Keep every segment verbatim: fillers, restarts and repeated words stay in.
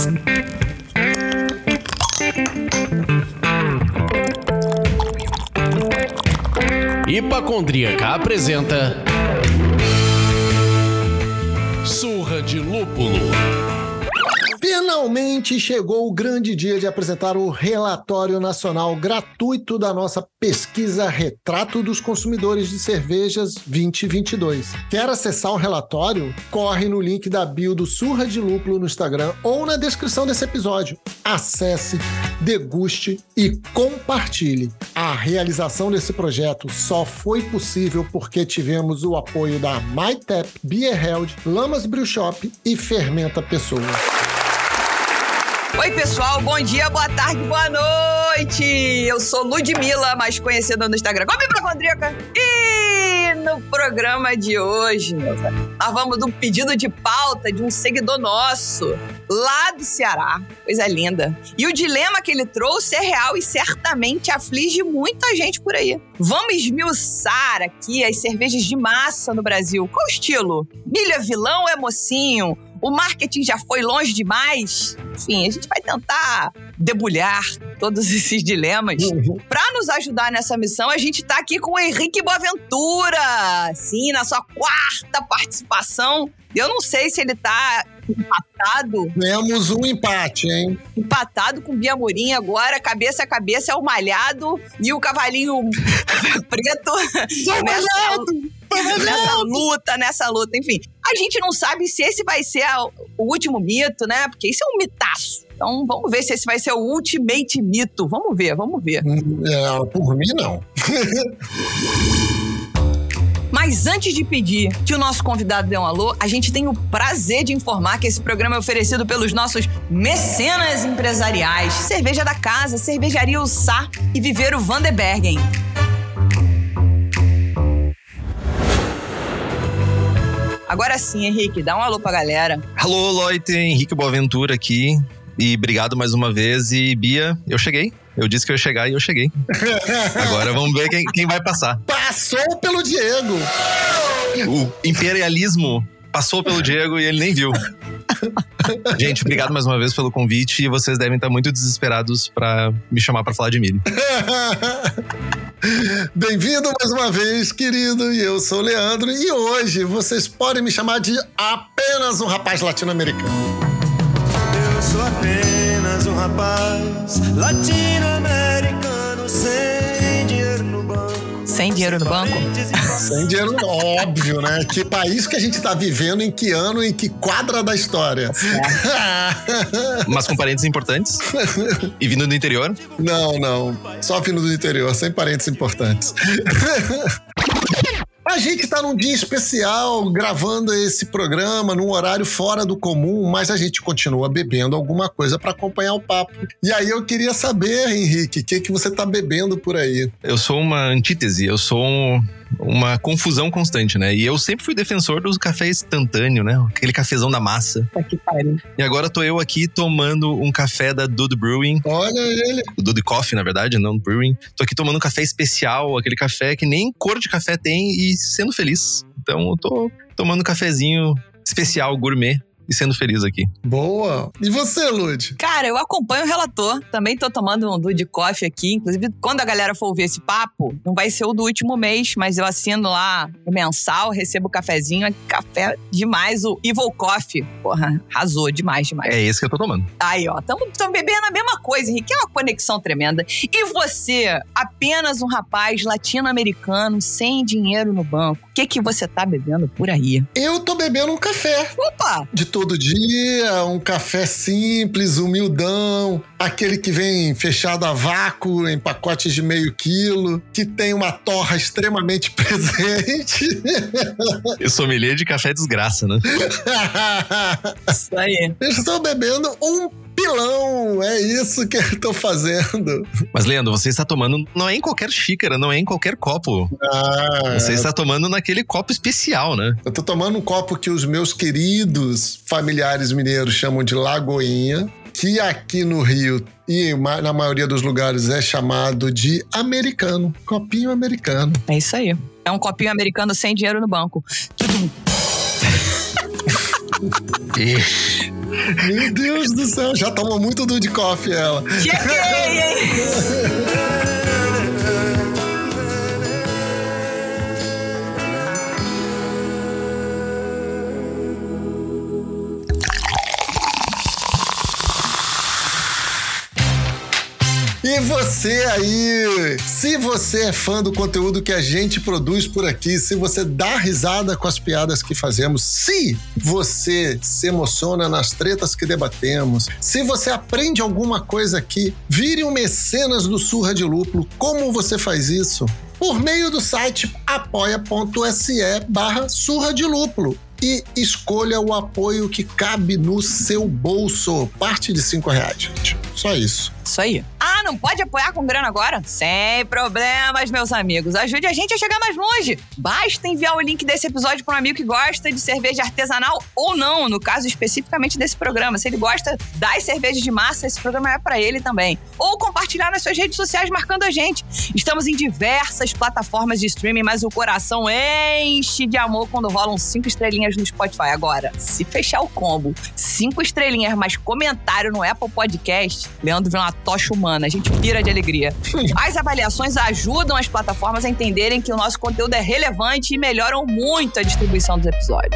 Hipacondríaca apresenta Surra de Lúpulo. Finalmente chegou o grande dia de apresentar o relatório nacional gratuito da nossa pesquisa Retrato dos Consumidores de Cervejas vinte vinte e dois. Quer acessar o relatório? Corre no link da bio do Surra de Lúpulo no Instagram ou na descrição desse episódio. Acesse, deguste e compartilhe. A realização desse projeto só foi possível porque tivemos o apoio da MyTap, Beerheld, Lamas Brew Shop e Fermenta Pessoa. Oi, pessoal, bom dia, boa tarde, boa noite! Eu sou Ludmilla, mais conhecida no Instagram como Hipacondríaca. E no programa de hoje, nós vamos de um pedido de pauta de um seguidor nosso, lá do Ceará. Coisa linda. E o dilema que ele trouxe é real e certamente aflige muita gente por aí. Vamos esmiuçar aqui as cervejas de massa no Brasil. Qual estilo? Milho é vilão ou é mocinho? O marketing já foi longe demais? Enfim, a gente vai tentar debulhar todos esses dilemas. Uhum. Para nos ajudar nessa missão, a gente tá aqui com o Henrique Boaventura. Sim, na sua quarta participação. Eu não sei se ele tá empatado. Temos um empate, hein? Empatado com o Bia Amorim agora, cabeça a cabeça, é o Malhado e o Cavalinho Preto. nessa, nessa luta, nessa luta, enfim. A gente não sabe se esse vai ser a, o último mito, né? Porque isso é um mitaço. Então, vamos ver se esse vai ser o ultimate mito. Vamos ver, vamos ver. É, por mim, não. Mas antes de pedir que o nosso convidado dê um alô, a gente tem o prazer de informar que esse programa é oferecido pelos nossos mecenas empresariais. Cerveja da Casa, Cervejaria Ussá e Viveiro Vanderbergen. Agora sim, Henrique, dá um alô pra galera. Alô, Loite, Henrique Boaventura aqui. E obrigado mais uma vez. E Bia, eu cheguei. Eu disse que eu ia chegar e eu cheguei. Agora vamos ver quem, quem vai passar. Passou pelo Diego! O imperialismo passou pelo Diego e ele nem viu. Gente, obrigado mais uma vez pelo convite. E vocês devem estar muito desesperados pra me chamar pra falar de milho. Bem-vindo mais uma vez, querido. E eu sou o Leandro. E hoje vocês podem me chamar de apenas um rapaz latino-americano. Eu sou apenas um rapaz latino-americano sem dinheiro no banco. Sem dinheiro no banco? Sem dinheiro, óbvio, né? Que país que a gente tá vivendo, em que ano, em que quadra da história. É. Mas com parentes importantes? E vindo do interior? Não, não. Só vindo do interior, sem parentes importantes. A gente tá num dia especial, gravando esse programa num horário fora do comum, mas a gente continua bebendo alguma coisa para acompanhar o papo. E aí eu queria saber, Henrique, o que, que você tá bebendo por aí? Eu sou uma antítese, eu sou um... uma confusão constante, né? E eu sempre fui defensor do café instantâneo, né? Aquele cafezão da massa. Tá que pariu. E agora tô eu aqui tomando um café da Dude Brewing. Olha ele. O Dude Coffee, na verdade, não Brewing. Tô aqui tomando um café especial, aquele café que nem cor de café tem e sendo feliz. Então eu tô tomando um cafezinho especial, gourmet. E sendo feliz aqui. Boa! E você, Lud? Cara, eu acompanho o relator. Também tô tomando um Dude Coffee aqui. Inclusive, quando a galera for ouvir esse papo, não vai ser o do último mês, mas eu assino lá o mensal, recebo o cafezinho. É café demais. O Evil Coffee. Porra, arrasou demais, demais. É esse que eu tô tomando. Aí, ó. Tamo, tamo bebendo a mesma coisa, Henrique. É uma conexão tremenda. E você, apenas um rapaz latino-americano, sem dinheiro no banco. O que que você tá bebendo por aí? Eu tô bebendo um café. Opa! De todo dia, um café simples, humildão, aquele que vem fechado a vácuo em pacotes de meio quilo, que tem uma torra extremamente presente. Eu sommelier de café desgraça, né? Isso aí. Eu estou bebendo um pilão, é isso que eu tô fazendo. Mas, Leandro, você está tomando, não é em qualquer xícara, não é em qualquer copo. Ah, você está tomando naquele copo especial, né? Eu tô tomando um copo que os meus queridos familiares mineiros chamam de Lagoinha, que aqui no Rio e na maioria dos lugares é chamado de americano. Copinho americano. É isso aí. É um copinho americano sem dinheiro no banco. Ixi. Meu Deus do céu, já tomou muito do de coffee ela. Cheguei, hein? E você aí, se você é fã do conteúdo que a gente produz por aqui, se você dá risada com as piadas que fazemos, se você se emociona nas tretas que debatemos, se você aprende alguma coisa aqui, vire um mecenas do Surra de Lúpulo. Como você faz isso? Por meio do site apoia.se barra Surra de Lúpulo. E escolha o apoio que cabe no seu bolso. Parte de cinco reais, gente. Só isso. Isso aí. Ah, não pode apoiar com grana agora? Sem problemas, meus amigos. Ajude a gente a chegar mais longe. Basta enviar o link desse episódio para um amigo que gosta de cerveja artesanal ou não, no caso especificamente desse programa. Se ele gosta das cervejas de massa, esse programa é para ele também. Ou compartilhar nas suas redes sociais marcando a gente. Estamos em diversas plataformas de streaming, mas o coração enche de amor quando rolam cinco estrelinhas no Spotify. Agora, se fechar o combo, cinco estrelinhas mais comentário no Apple Podcast, Leandro vira uma tocha humana, a gente pira de alegria. As avaliações ajudam as plataformas a entenderem que o nosso conteúdo é relevante e melhoram muito a distribuição dos episódios.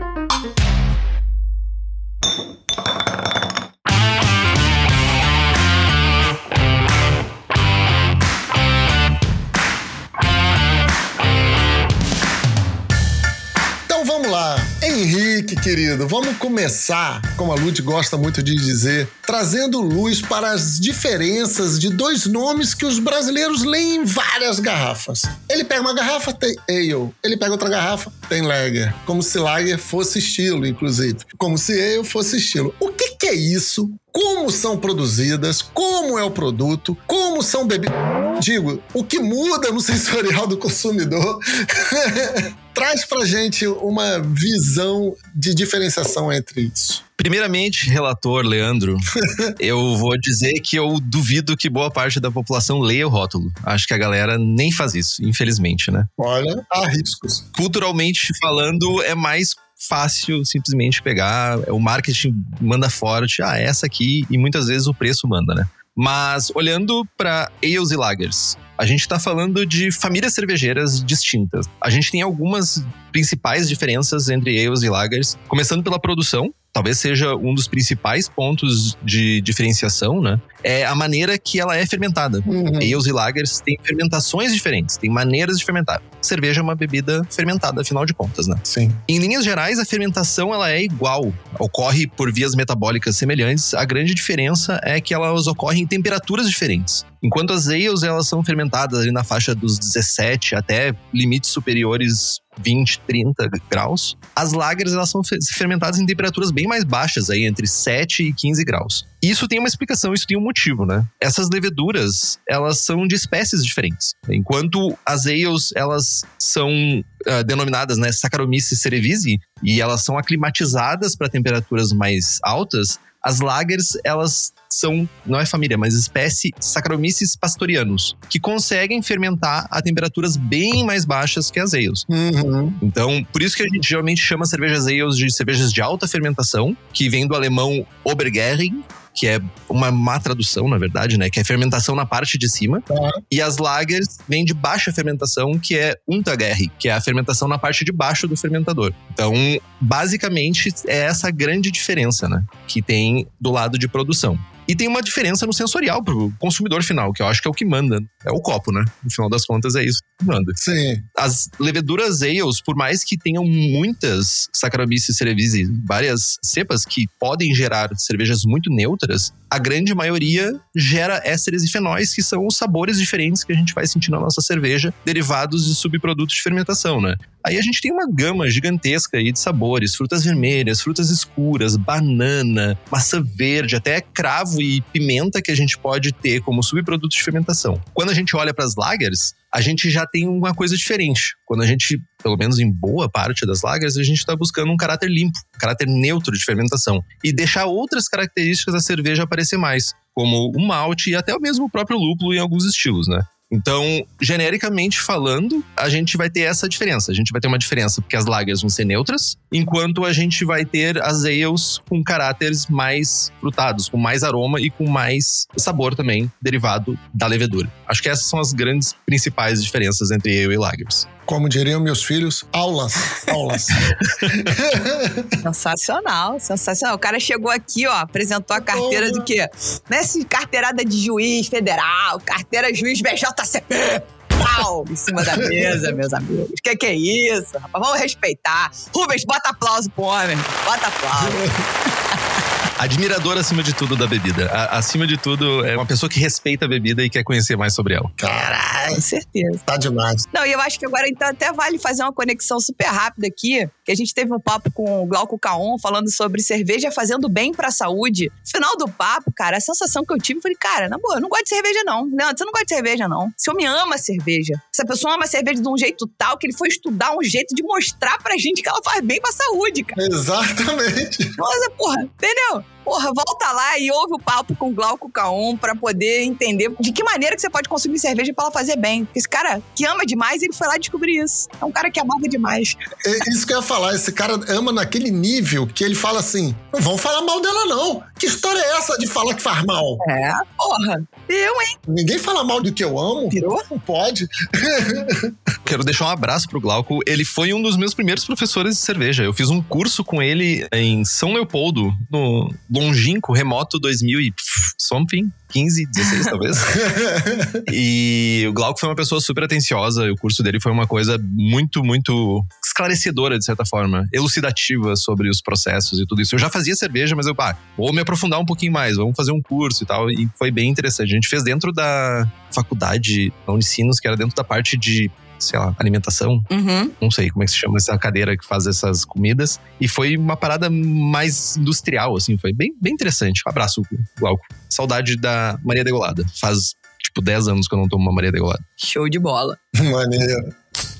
Vamos lá, Henrique, querido, vamos começar, como a Lud gosta muito de dizer, trazendo luz para as diferenças de dois nomes que os brasileiros leem em várias garrafas. Ele pega uma garrafa, tem ale. Ele pega outra garrafa, tem lager. Como se lager fosse estilo, inclusive. Como se ale fosse estilo. O que, que é isso? Como são produzidas? Como é o produto? Como são bebidas? Digo, o que muda no sensorial do consumidor? Traz pra gente uma visão de diferenciação entre isso. Primeiramente, relator Leandro, eu vou dizer que eu duvido que boa parte da população leia o rótulo. Acho que a galera nem faz isso, infelizmente, né? Olha, há riscos. Culturalmente falando, é mais fácil simplesmente pegar, o marketing manda forte, ah, essa aqui, e muitas vezes o preço manda, né? Mas olhando para ales e lagers, a gente está falando de famílias cervejeiras distintas. A gente tem algumas principais diferenças entre ales e lagers, começando pela produção. Talvez seja um dos principais pontos de diferenciação, né? É a maneira que ela é fermentada. Uhum. Ales e lagers têm fermentações diferentes, têm maneiras de fermentar. Cerveja é uma bebida fermentada, afinal de contas, né? Sim. Em linhas gerais, a fermentação ela é igual. Ocorre por vias metabólicas semelhantes. A grande diferença é que elas ocorrem em temperaturas diferentes. Enquanto as ales, elas são fermentadas ali na faixa dos dezessete até limites superiores vinte, trinta graus. As lagers, elas são fermentadas em temperaturas bem mais baixas, aí entre sete e quinze graus. Isso tem uma explicação, isso tem um motivo, né? Essas leveduras, elas são de espécies diferentes. Enquanto as ales, elas são uh, denominadas, né, Saccharomyces cerevisiae, e elas são aclimatizadas para temperaturas mais altas, as lagers, elas são, não é família, mas espécie Saccharomyces pastorianus, que conseguem fermentar a temperaturas bem mais baixas que as ales. Uhum. Então, por isso que a gente geralmente chama cervejas ales de cervejas de alta fermentação, que vem do alemão Obergäring, que é uma má tradução, na verdade, né? Que é fermentação na parte de cima. Uhum. E as lagers vêm de baixa fermentação, que é Untergärig, que é a fermentação na parte de baixo do fermentador. Então, basicamente, é essa grande diferença, né? Que tem do lado de produção. E tem uma diferença no sensorial pro consumidor final, que eu acho que é o que manda. É o copo, né? No final das contas, é isso que manda. Sim. As leveduras ales, por mais que tenham muitas Saccharomyces cerevisiae, várias cepas que podem gerar cervejas muito neutras, a grande maioria gera ésteres e fenóis, que são os sabores diferentes que a gente vai sentir na nossa cerveja, derivados de subprodutos de fermentação, né? Aí a gente tem uma gama gigantesca aí de sabores, frutas vermelhas, frutas escuras, banana, maçã verde, até cravo e pimenta que a gente pode ter como subprodutos de fermentação. Quando a gente olha para as lagers, a gente já tem uma coisa diferente. Quando a gente, pelo menos em boa parte das lagers, a gente está buscando um caráter limpo, um caráter neutro de fermentação. E deixar outras características da cerveja aparecer mais, como o malte e até mesmo o próprio lúpulo em alguns estilos, né? Então, genericamente falando, a gente vai ter essa diferença. A gente vai ter uma diferença porque as lagers vão ser neutras, enquanto a gente vai ter as ales com caráteres mais frutados, com mais aroma e com mais sabor também, derivado da levedura. Acho que essas são as grandes principais diferenças entre ale e lagers. Como diriam meus filhos, aulas, aulas. Sensacional, sensacional. O cara chegou aqui, ó, apresentou a carteira do quê? Nessa carteirada de juiz federal, carteira juiz B J C P. Pau, em cima da mesa, meus amigos. Que que é isso, rapaz? Vamos respeitar. Rubens, bota aplauso pro homem. Bota aplauso. Admirador acima de tudo da bebida. A, acima de tudo, é uma pessoa que respeita a bebida e quer conhecer mais sobre ela. Caralho, com certeza. Tá demais. Não, e eu acho que agora então até vale fazer uma conexão super rápida aqui, que a gente teve um papo com o Glauco Caon falando sobre cerveja fazendo bem pra saúde. No final do papo, cara, a sensação que eu tive, eu falei, cara, na boa, eu não gosto de cerveja não. Não, você não gosta de cerveja não. Esse homem ama cerveja. Essa pessoa ama cerveja de um jeito tal que ele foi estudar um jeito de mostrar pra gente que ela faz bem pra saúde, cara. Exatamente. Nossa, porra, entendeu? Porra, volta lá e ouve o papo com o Glauco Caon pra poder entender de que maneira que você pode consumir cerveja pra ela fazer bem. Porque esse cara que ama demais, ele foi lá descobrir isso. É um cara que amava demais. É isso que eu ia falar. Esse cara ama naquele nível que ele fala assim, não vão falar mal dela não. Que história é essa de falar que faz mal? É, porra. Eu, hein? Ninguém fala mal do que eu amo. Virou? Não pode. Quero deixar um abraço pro Glauco. Ele foi um dos meus primeiros professores de cerveja. Eu fiz um curso com ele em São Leopoldo, no longínquo, remoto dois mil e something, quinze, dezesseis talvez. E o Glauco foi uma pessoa super atenciosa. O curso dele foi uma coisa muito, muito esclarecedora, de certa forma. Elucidativa sobre os processos e tudo isso. Eu já fazia cerveja, mas eu, pá, vou me aprofundar um pouquinho mais. Vamos fazer um curso e tal. E foi bem interessante. A gente fez dentro da faculdade, da Unicinos, que era dentro da parte de, sei lá, alimentação. Uhum. Não sei como é que se chama essa cadeira que faz essas comidas. E foi uma parada mais industrial, assim. Foi bem, bem interessante. Um abraço, Glauco. Saudade da Maria Degolada. Faz, tipo, dez anos que eu não tomo uma Maria Degolada. Show de bola. Maneiro.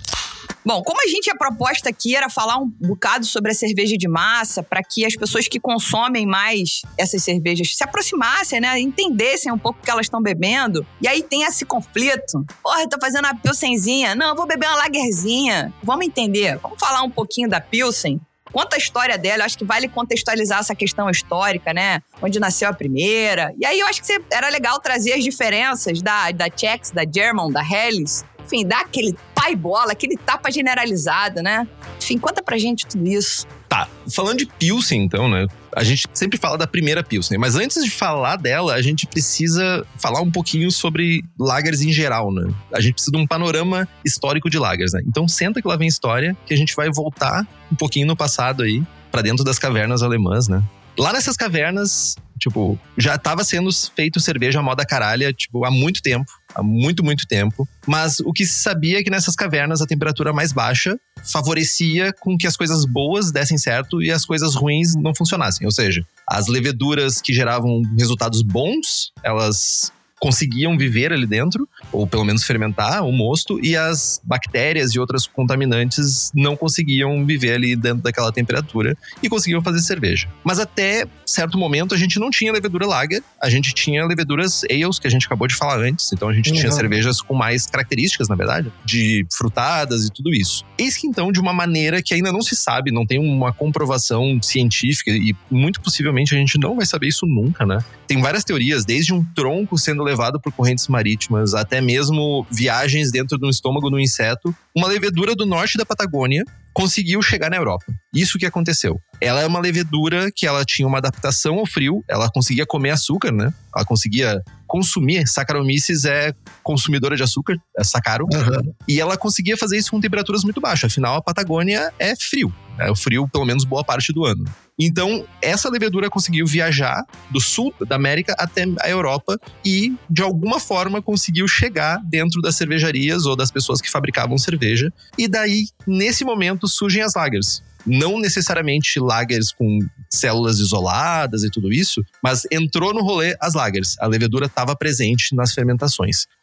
Bom, como a gente, a proposta aqui era falar um bocado sobre a cerveja de massa, para que as pessoas que consomem mais essas cervejas se aproximassem, né? Entendessem um pouco o que elas estão bebendo. E aí tem esse conflito. Porra, eu tô fazendo uma pilsenzinha. Não, eu vou beber uma lagerzinha. Vamos entender. Vamos falar um pouquinho da pilsen. Conta a história dela, eu acho que vale contextualizar essa questão histórica, né? Onde nasceu a primeira. E aí eu acho que era legal trazer as diferenças da, da Czechs, da German, da Helles. Enfim, dá aquele pai-bola, aquele tapa generalizado, né? Enfim, conta pra gente tudo isso. Tá, falando de Pilsen, então, né? A gente sempre fala da primeira Pilsen, mas antes de falar dela, a gente precisa falar um pouquinho sobre lagers em geral, né? A gente precisa de um panorama histórico de lagers, né? Então senta que lá vem história, que a gente vai voltar um pouquinho no passado aí, pra dentro das cavernas alemãs, né? Lá nessas cavernas, tipo, já tava sendo feito cerveja à moda caralha, tipo, há muito tempo. Há muito, muito tempo. Mas o que se sabia é que nessas cavernas a temperatura mais baixa favorecia com que as coisas boas dessem certo e as coisas ruins não funcionassem. Ou seja, as leveduras que geravam resultados bons, elas conseguiam viver ali dentro, ou pelo menos fermentar o mosto, e as bactérias e outras contaminantes não conseguiam viver ali dentro daquela temperatura e conseguiam fazer cerveja. Mas até certo momento a gente não tinha levedura lager, a gente tinha leveduras ales, que a gente acabou de falar antes, então a gente uhum. tinha cervejas com mais características, na verdade, de frutadas e tudo isso. Eis que então, de uma maneira que ainda não se sabe, não tem uma comprovação científica, e muito possivelmente a gente não vai saber isso nunca, né? Tem várias teorias, desde um tronco sendo levado por correntes marítimas, até mesmo viagens dentro do estômago do inseto. Uma levedura do norte da Patagônia conseguiu chegar na Europa. Isso que aconteceu. Ela é uma levedura que ela tinha uma adaptação ao frio, ela conseguia comer açúcar, né? Ela conseguia consumir. Saccharomyces é consumidora de açúcar, é saccaro. Uhum. E ela conseguia fazer isso com temperaturas muito baixas. Afinal, a Patagônia é frio. É o frio, pelo menos, boa parte do ano. Então, essa levedura conseguiu viajar do sul da América até a Europa e, de alguma forma, conseguiu chegar dentro das cervejarias ou das pessoas que fabricavam cerveja. E daí, nesse momento, surgem as lagers. Não necessariamente lagers com células isoladas e tudo isso, mas entrou no rolê as lagers. A levedura estava presente nas fermentações.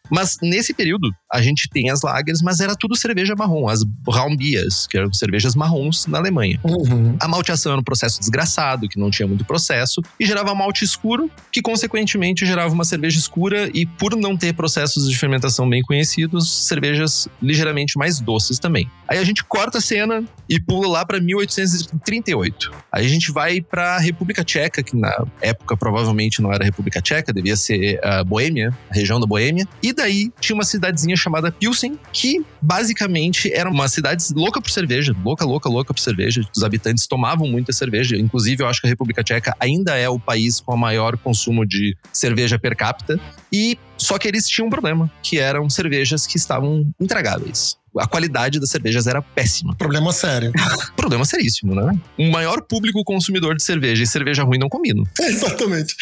Mas nesse período, a gente tem as lagers, mas era tudo cerveja marrom, as Braunbiers, que eram cervejas marrons na Alemanha. Uhum. A malteação era um processo desgraçado, que não tinha muito processo, e gerava malte escuro, que consequentemente gerava uma cerveja escura, e por não ter processos de fermentação bem conhecidos, cervejas ligeiramente mais doces também. Aí a gente corta a cena e pula lá para mil oitocentos e trinta e oito. Aí a gente vai para a República Tcheca, que na época provavelmente não era a República Tcheca, devia ser a Boêmia, a região da Boêmia. E daí tinha uma cidadezinha chamada Pilsen, que basicamente era uma cidade louca por cerveja, louca, louca, louca por cerveja. Os habitantes tomavam muita cerveja. Inclusive, eu acho que a República Tcheca ainda é o país com o maior consumo de cerveja per capita. E só que eles tinham um problema, que eram cervejas que estavam intragáveis. A qualidade das cervejas era péssima. Problema sério. Problema seríssimo, né? O maior público consumidor de cerveja e cerveja ruim não combinam. Exatamente.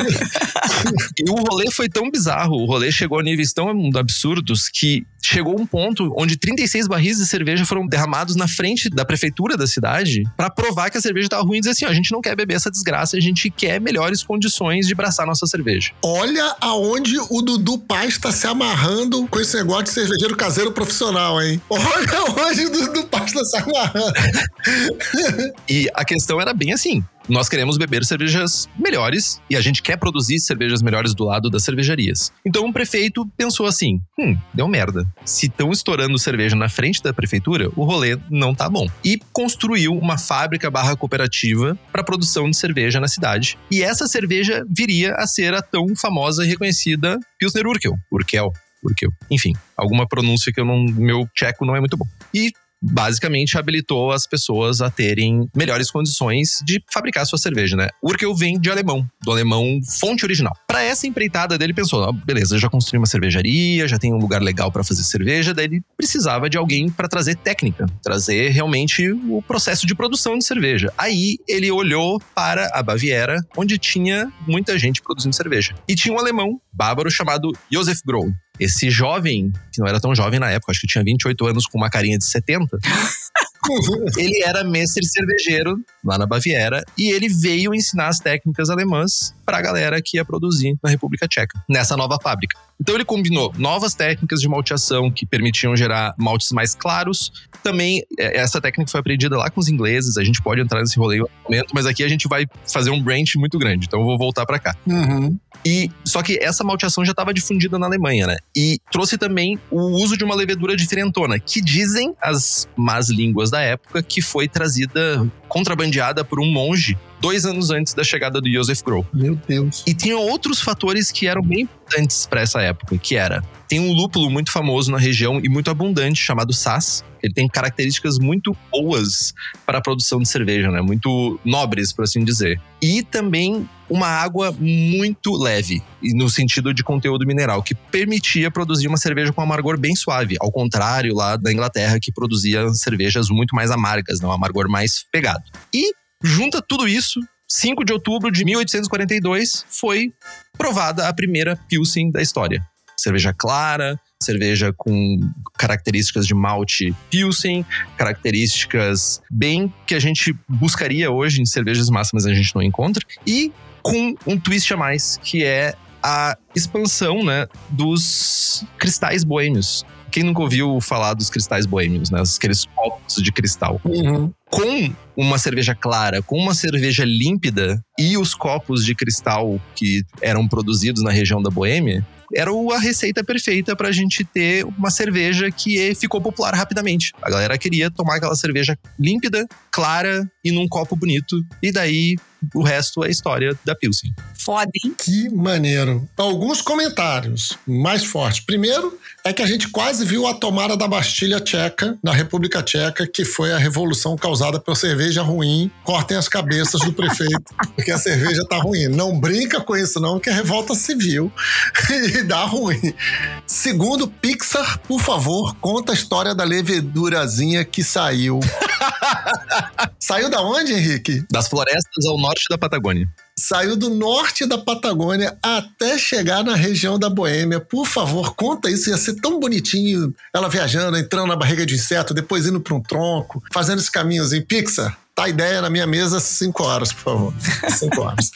E o rolê foi tão bizarro, o rolê chegou a níveis tão absurdos que chegou um ponto onde trinta e seis barris de cerveja foram derramados na frente da prefeitura da cidade pra provar que a cerveja tava ruim e dizer assim, ó, a gente não quer beber essa desgraça, a gente quer melhores condições de braçar nossa cerveja. Olha aonde o Dudu Paz está se amarrando com esse negócio de cervejeiro caseiro profissional, hein? Olha onde o Dudu Paz está se amarrando. E a questão era bem assim. Nós queremos beber cervejas melhores e a gente quer produzir cervejas melhores do lado das cervejarias. Então o prefeito pensou assim, hum, deu merda. Se estão estourando cerveja na frente da prefeitura, o rolê não tá bom. E construiu uma fábrica barra cooperativa para produção de cerveja na cidade. E essa cerveja viria a ser a tão famosa e reconhecida Pilsner Urquell. Urquell. Urquell. Enfim, alguma pronúncia que eu não, meu tcheco não é muito bom. E basicamente habilitou as pessoas a terem melhores condições de fabricar sua cerveja, né? Urquell vem de alemão, do alemão fonte original. Para essa empreitada dele, pensou, ah, beleza, já construí uma cervejaria, já tem um lugar legal para fazer cerveja, daí ele precisava de alguém para trazer técnica, trazer realmente o processo de produção de cerveja. Aí ele olhou para a Baviera, onde tinha muita gente produzindo cerveja. E tinha um alemão bávaro chamado Josef Groll. Esse jovem, que não era tão jovem na época, acho que tinha vinte e oito anos com uma carinha de setenta, ele era mestre cervejeiro lá na Baviera e ele veio ensinar as técnicas alemãs pra galera que ia produzir na República Tcheca, nessa nova fábrica. Então ele combinou novas técnicas de malteação que permitiam gerar maltes mais claros. Também, essa técnica foi aprendida lá com os ingleses, a gente pode entrar nesse rolê em outro momento, mas aqui a gente vai fazer um branch muito grande, então eu vou voltar pra cá. Uhum. E, só que essa malteação já estava difundida na Alemanha, né? E trouxe também o uso de uma levedura diferentona, que dizem as más línguas da época que foi trazida, contrabandeada por um monge dois anos antes da chegada do Josef Groll. Meu Deus. E tinha outros fatores que eram bem importantes para essa época, que era, tem um lúpulo muito famoso na região e muito abundante, chamado Saaz. Ele tem características muito boas para a produção de cerveja, né? Muito nobres, por assim dizer. E também uma água muito leve, no sentido de conteúdo mineral, que permitia produzir uma cerveja com amargor bem suave, ao contrário lá da Inglaterra, que produzia cervejas muito mais amargas, né? Um amargor mais pegado. E junta tudo isso, cinco de outubro de mil oitocentos e quarenta e dois, foi provada a primeira Pilsen da história. Cerveja clara, cerveja com características de malte Pilsen, características bem que a gente buscaria hoje em cervejas máximas, a gente não encontra, e com um twist a mais, que é a expansão, né, dos cristais boêmios. Quem nunca ouviu falar dos cristais boêmios, né? Aqueles copos de cristal. Uhum. Com uma cerveja clara, com uma cerveja límpida e os copos de cristal que eram produzidos na região da Boêmia, era a receita perfeita pra gente ter uma cerveja que ficou popular rapidamente. A galera queria tomar aquela cerveja límpida, clara e num copo bonito. E daí o resto é a história da Pilsen. Foda, hein? Que maneiro. Alguns comentários mais fortes. Primeiro é que a gente quase viu a tomada da Bastilha Tcheca, na República Tcheca, que foi a revolução causada pela cerveja ruim. Cortem as cabeças do prefeito, porque a cerveja tá ruim. Não brinca com isso não, que é revolta civil e dá ruim. Segundo, Pixar, por favor, conta a história da levedurazinha que saiu. Saiu da onde, Henrique? Das florestas ao norte da Patagônia. Saiu do norte da Patagônia até chegar na região da Boêmia. Por favor, conta isso. Ia ser tão bonitinho. Ela viajando, entrando na barriga de inseto, depois indo para um tronco, fazendo esse caminhozinho. Pixar, botar a ideia na minha mesa cinco horas, por favor. Cinco horas.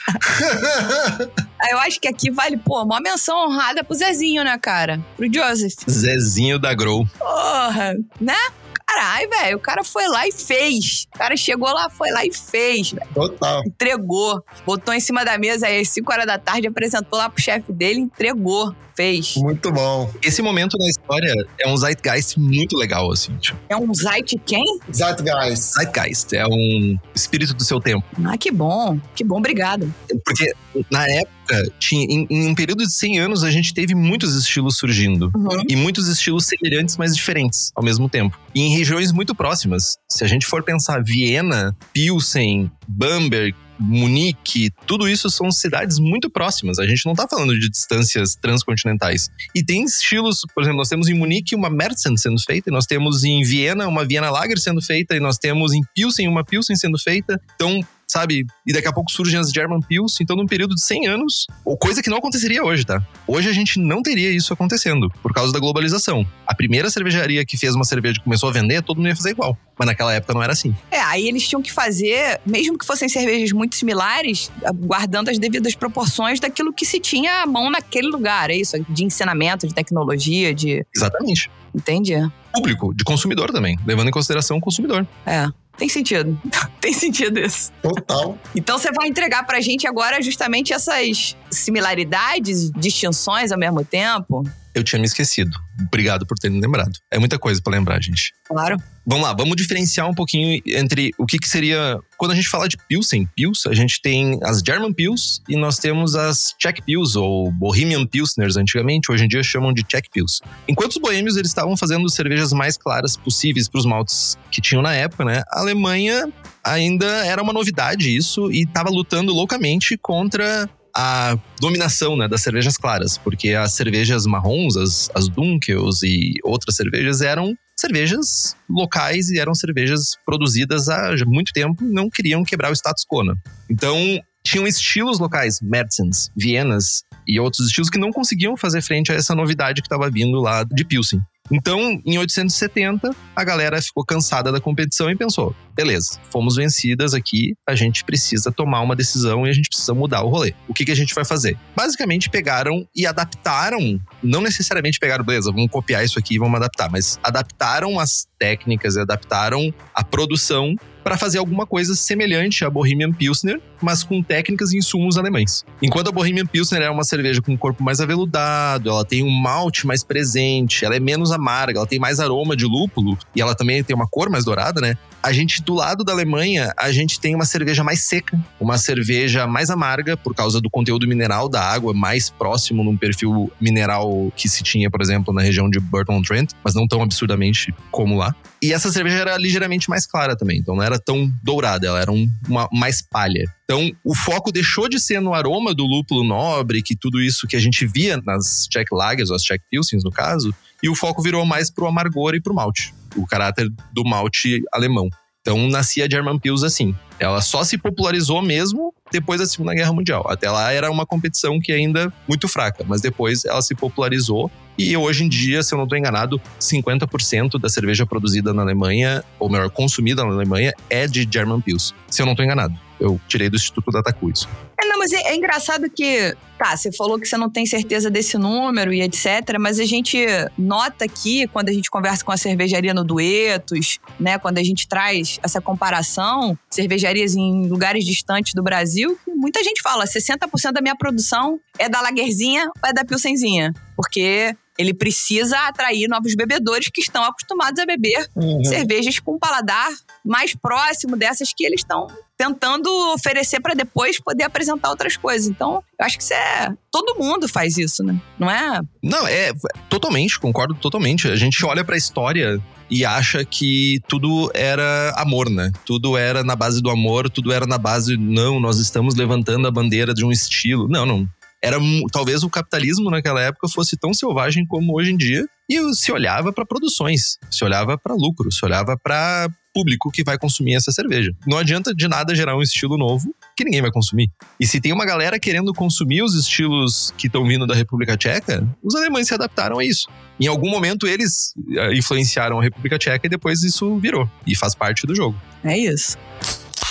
Eu acho que aqui vale, pô, uma menção honrada pro Zezinho, né, cara? Pro Joseph. Zezinho da Grow. Porra, né? Caralho, velho, o cara foi lá e fez. O cara chegou lá, foi lá e fez, velho. Total. Entregou. Botou em cima da mesa aí às cinco horas da tarde, apresentou lá pro chefe dele, entregou. Fez. Muito bom. Esse momento na história é um zeitgeist muito legal, assim. Tipo. É um zeit quem? Zeitgeist. Zeitgeist. É um espírito do seu tempo. Ah, que bom. Que bom, obrigado. Porque na época, tinha, em, em um período de cem anos, a gente teve muitos estilos surgindo. Uhum. E muitos estilos semelhantes, mas diferentes ao mesmo tempo. E em regiões muito próximas. Se a gente for pensar Viena, Pilsen, Bamberg, Munique, tudo isso são cidades muito próximas. A gente não tá falando de distâncias transcontinentais. E tem estilos, por exemplo, nós temos em Munique uma Märzen sendo feita, e nós temos em Viena uma Vienna Lager sendo feita, e nós temos em Pilsen uma Pilsen sendo feita. Então, sabe? E daqui a pouco surgem as German Pils. Então, num período de cem anos, ou coisa que não aconteceria hoje, tá? Hoje a gente não teria isso acontecendo, por causa da globalização. A primeira cervejaria que fez uma cerveja e começou a vender, todo mundo ia fazer igual. Mas naquela época não era assim. É, aí eles tinham que fazer, mesmo que fossem cervejas muito similares, guardando as devidas proporções daquilo que se tinha à mão naquele lugar. É isso, de ensinamento, de tecnologia, de... Exatamente. Entendi. Público, de consumidor também, levando em consideração o consumidor. É. Tem sentido. Tem sentido isso. Total. Então você vai entregar pra gente agora justamente essas similaridades, distinções ao mesmo tempo? Eu tinha me esquecido. Obrigado por ter me lembrado. É muita coisa pra lembrar, gente. Claro. Vamos lá, vamos diferenciar um pouquinho entre o que, que seria... Quando a gente fala de Pilsen, Pils, a gente tem as German Pils e nós temos as Czech Pils, ou Bohemian Pilsners antigamente, hoje em dia chamam de Czech Pils. Enquanto os boêmios, eles estavam fazendo cervejas mais claras possíveis para os maltes que tinham na época, né? A Alemanha ainda era uma novidade isso e estava lutando loucamente contra a dominação, né, das cervejas claras, porque as cervejas marrons, as, as Dunkels e outras cervejas eram cervejas locais e eram cervejas produzidas há muito tempo e não queriam quebrar o status quo, né? Então, tinham estilos locais, Märzens, Vienas e outros estilos que não conseguiam fazer frente a essa novidade que estava vindo lá de Pilsen. Então, em oitocentos e setenta, a galera ficou cansada da competição e pensou, beleza, fomos vencidas aqui, a gente precisa tomar uma decisão e a gente precisa mudar o rolê. O que, que a gente vai fazer? Basicamente, pegaram e adaptaram, não necessariamente pegaram, beleza, vamos copiar isso aqui e vamos adaptar, mas adaptaram as técnicas e adaptaram a produção para fazer alguma coisa semelhante à Bohemian Pilsner, mas com técnicas e insumos alemães. Enquanto a Bohemian Pilsner é uma cerveja com um corpo mais aveludado, ela tem um malte mais presente, ela é menos amarga, ela tem mais aroma de lúpulo e ela também tem uma cor mais dourada, né? A gente, do lado da Alemanha, a gente tem uma cerveja mais seca, uma cerveja mais amarga por causa do conteúdo mineral da água, mais próximo num perfil mineral que se tinha, por exemplo, na região de Burton-on-Trent, mas não tão absurdamente como lá. E essa cerveja era ligeiramente mais clara também, então não era tão dourada, ela era um, uma mais palha. Então, o foco deixou de ser no aroma do lúpulo nobre, que tudo isso que a gente via nas Czech Lagers, ou as Czech Pilsens no caso, e o foco virou mais pro amargor e pro malte, o caráter do malte alemão. Então, nascia a German Pils assim. Ela só se popularizou mesmo depois da Segunda Guerra Mundial. Até lá era uma competição que ainda muito fraca, mas depois ela se popularizou e hoje em dia, se eu não estou enganado, cinquenta por cento da cerveja produzida na Alemanha, ou melhor, consumida na Alemanha, é de German Pils. Se eu não estou enganado. Eu tirei do Instituto Datacu isso. É, não, mas é, é engraçado que, tá, você falou que você não tem certeza desse número e etcétera, mas a gente nota aqui, quando a gente conversa com a cervejaria no Duetos, né, quando a gente traz essa comparação, cervejarias em lugares distantes do Brasil, muita gente fala, sessenta por cento da minha produção é da Lagerzinha ou é da Pilsenzinha, porque ele precisa atrair novos bebedores que estão acostumados a beber uhum. cervejas com um paladar mais próximo dessas que eles estão tentando oferecer para depois poder apresentar outras coisas. Então, eu acho que isso é... Todo mundo faz isso, né? Não é? Não, é... Totalmente, concordo totalmente. A gente olha pra história e acha que tudo era amor, né? Tudo era na base do amor, tudo era na base... Não, nós estamos levantando a bandeira de um estilo. Não, não. Era, talvez o capitalismo naquela época fosse tão selvagem como hoje em dia e se olhava para produções, se olhava para lucro, se olhava para público que vai consumir essa cerveja. Não adianta de nada gerar um estilo novo que ninguém vai consumir. E se tem uma galera querendo consumir os estilos que estão vindo da República Tcheca, os alemães se adaptaram a isso. Em algum momento eles influenciaram a República Tcheca e depois isso virou e faz parte do jogo. É isso.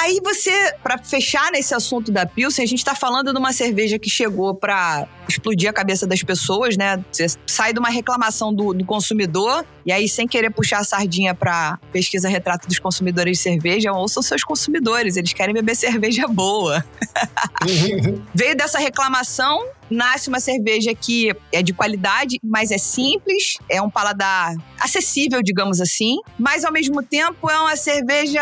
Aí você, pra fechar nesse assunto da Pilsen, a gente tá falando de uma cerveja que chegou pra explodir a cabeça das pessoas, né? Você sai de uma reclamação do, do consumidor, e aí, sem querer puxar a sardinha pra pesquisa retrato dos consumidores de cerveja, ouçam seus consumidores, eles querem beber cerveja boa. Veio dessa reclamação, nasce uma cerveja que é de qualidade, mas é simples, é um paladar acessível, digamos assim, mas ao mesmo tempo é uma cerveja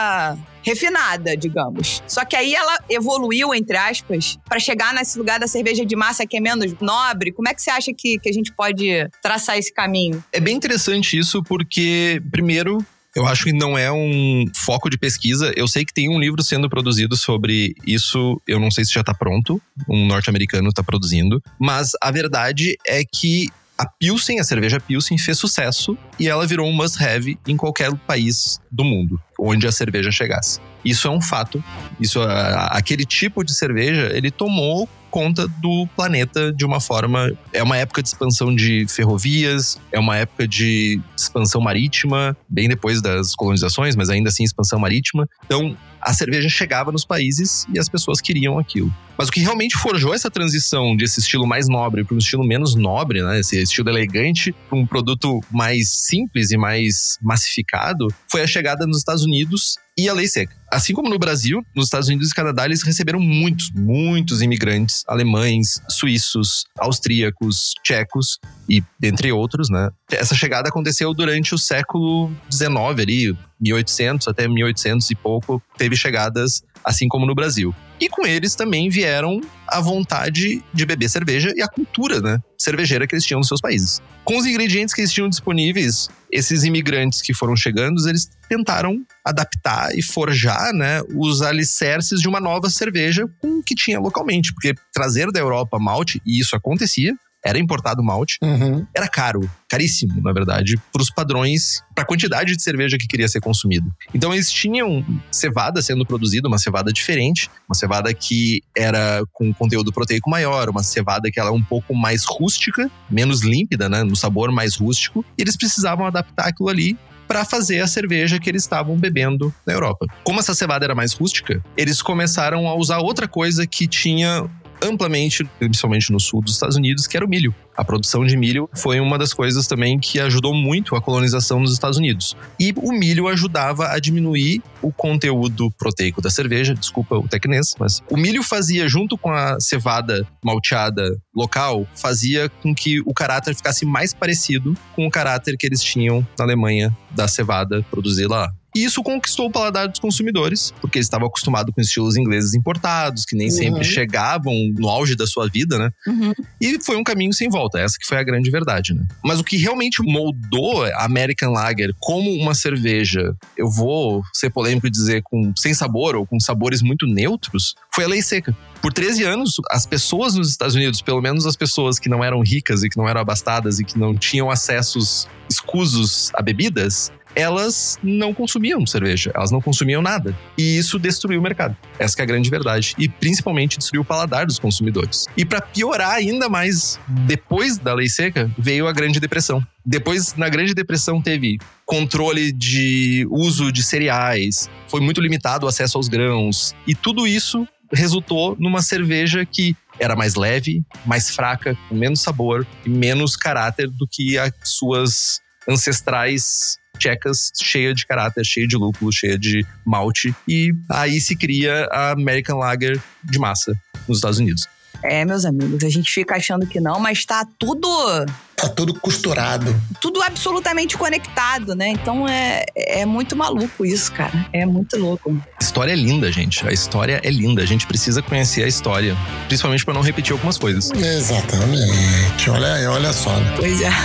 refinada, digamos. Só que aí ela evoluiu, entre aspas, para chegar nesse lugar da cerveja de massa que é menos nobre. Como é que você acha que, que a gente pode traçar esse caminho? É bem interessante isso porque, primeiro, eu acho que não é um foco de pesquisa. Eu sei que tem um livro sendo produzido sobre isso. Eu não sei se já está pronto. Um norte-americano está produzindo. Mas a verdade é que a Pilsen, a cerveja Pilsen, fez sucesso e ela virou um must-have em qualquer país do mundo onde a cerveja chegasse. Isso é um fato. Isso, aquele tipo de cerveja, ele tomou conta do planeta de uma forma... É uma época de expansão de ferrovias, é uma época de expansão marítima, bem depois das colonizações, mas ainda assim expansão marítima. Então, a cerveja chegava nos países e as pessoas queriam aquilo. Mas o que realmente forjou essa transição desse estilo mais nobre para um estilo menos nobre, né, esse estilo elegante, para um produto mais simples e mais massificado, foi a chegada nos Estados Unidos e a lei seca. Assim como no Brasil, nos Estados Unidos e Canadá, eles receberam muitos, muitos imigrantes alemães, suíços, austríacos, tchecos e dentre outros, né? Essa chegada aconteceu durante o século dezenove ali, mil e oitocentos até mil e oitocentos e pouco, teve chegadas assim como no Brasil. E com eles também vieram a vontade de beber cerveja e a cultura, né, cervejeira que eles tinham nos seus países. Com os ingredientes que eles tinham disponíveis, esses imigrantes que foram chegando, eles tentaram adaptar e forjar, né, os alicerces de uma nova cerveja com o que tinha localmente. Porque trazer da Europa malte, e isso acontecia, era importado malte, Uhum. era caro, caríssimo, na verdade, para os padrões, para a quantidade de cerveja que queria ser consumida. Então eles tinham cevada sendo produzida, uma cevada diferente, uma cevada que era com conteúdo proteico maior, uma cevada que ela é um pouco mais rústica, menos límpida, né, no sabor mais rústico, e eles precisavam adaptar aquilo ali para fazer a cerveja que eles estavam bebendo na Europa. Como essa cevada era mais rústica, eles começaram a usar outra coisa que tinha amplamente, principalmente no sul dos Estados Unidos, que era o milho. A produção de milho foi uma das coisas também que ajudou muito a colonização nos Estados Unidos. E o milho ajudava a diminuir o conteúdo proteico da cerveja, desculpa o tecnês, mas o milho fazia, junto com a cevada malteada local, fazia com que o caráter ficasse mais parecido com o caráter que eles tinham na Alemanha da cevada produzida lá. E isso conquistou o paladar dos consumidores, porque eles estavam acostumados com estilos ingleses importados, que nem Uhum. sempre chegavam no auge da sua vida, né? Uhum. E foi um caminho sem volta, essa que foi a grande verdade, né? Mas o que realmente moldou a American Lager como uma cerveja, eu vou ser polêmico e dizer com, sem sabor ou com sabores muito neutros, foi a lei seca. Por treze anos, as pessoas nos Estados Unidos, pelo menos as pessoas que não eram ricas e que não eram abastadas e que não tinham acessos escusos a bebidas, elas não consumiam cerveja, elas não consumiam nada. E isso destruiu o mercado. Essa que é a grande verdade. E principalmente destruiu o paladar dos consumidores. E para piorar ainda mais, depois da lei seca, veio a Grande Depressão. Depois, na Grande Depressão, teve controle de uso de cereais, foi muito limitado o acesso aos grãos. E tudo isso resultou numa cerveja que era mais leve, mais fraca, com menos sabor e menos caráter do que as suas ancestrais tchecas, cheia de caráter, cheia de lúpulo, cheia de malte. E aí se cria a American Lager de massa nos Estados Unidos. É, meus amigos, a gente fica achando que não, mas tá tudo, Tá tudo costurado. tudo absolutamente conectado, né? Então é, é muito maluco isso, cara. É muito louco. A história é linda, gente. A história é linda. A gente precisa conhecer a história. Principalmente para não repetir algumas coisas. Exatamente. Olha, olha só. Né? Pois é.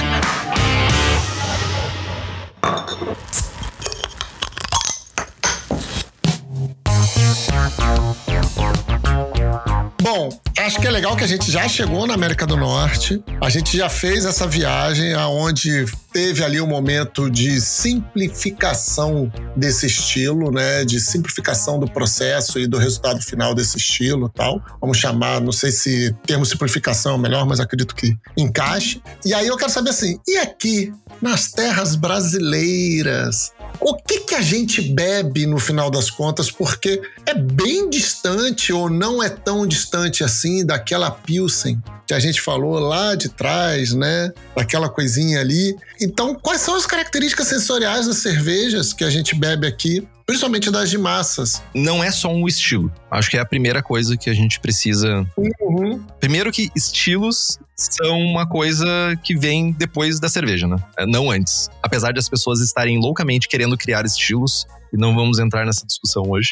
Bom, acho que é legal que a gente já chegou na América do Norte. A gente já fez essa viagem aonde teve ali um momento de simplificação desse estilo, né? De simplificação do processo e do resultado final desse estilo e tal. Vamos chamar, não sei se termo simplificação é o melhor, mas acredito que encaixe. E aí eu quero saber assim, e aqui, nas terras brasileiras, O que que a gente bebe no final das contas? Porque é bem distante ou não é tão distante assim daquela Pilsen que a gente falou lá de trás, né? Daquela coisinha ali. Então, quais são as características sensoriais das cervejas que a gente bebe aqui? Principalmente das de massas. Não é só um estilo. Acho que é a primeira coisa que a gente precisa... Uhum. Primeiro que estilos são uma coisa que vem depois da cerveja, né? Não antes. Apesar de as pessoas estarem loucamente querendo criar estilos, e não vamos entrar nessa discussão hoje.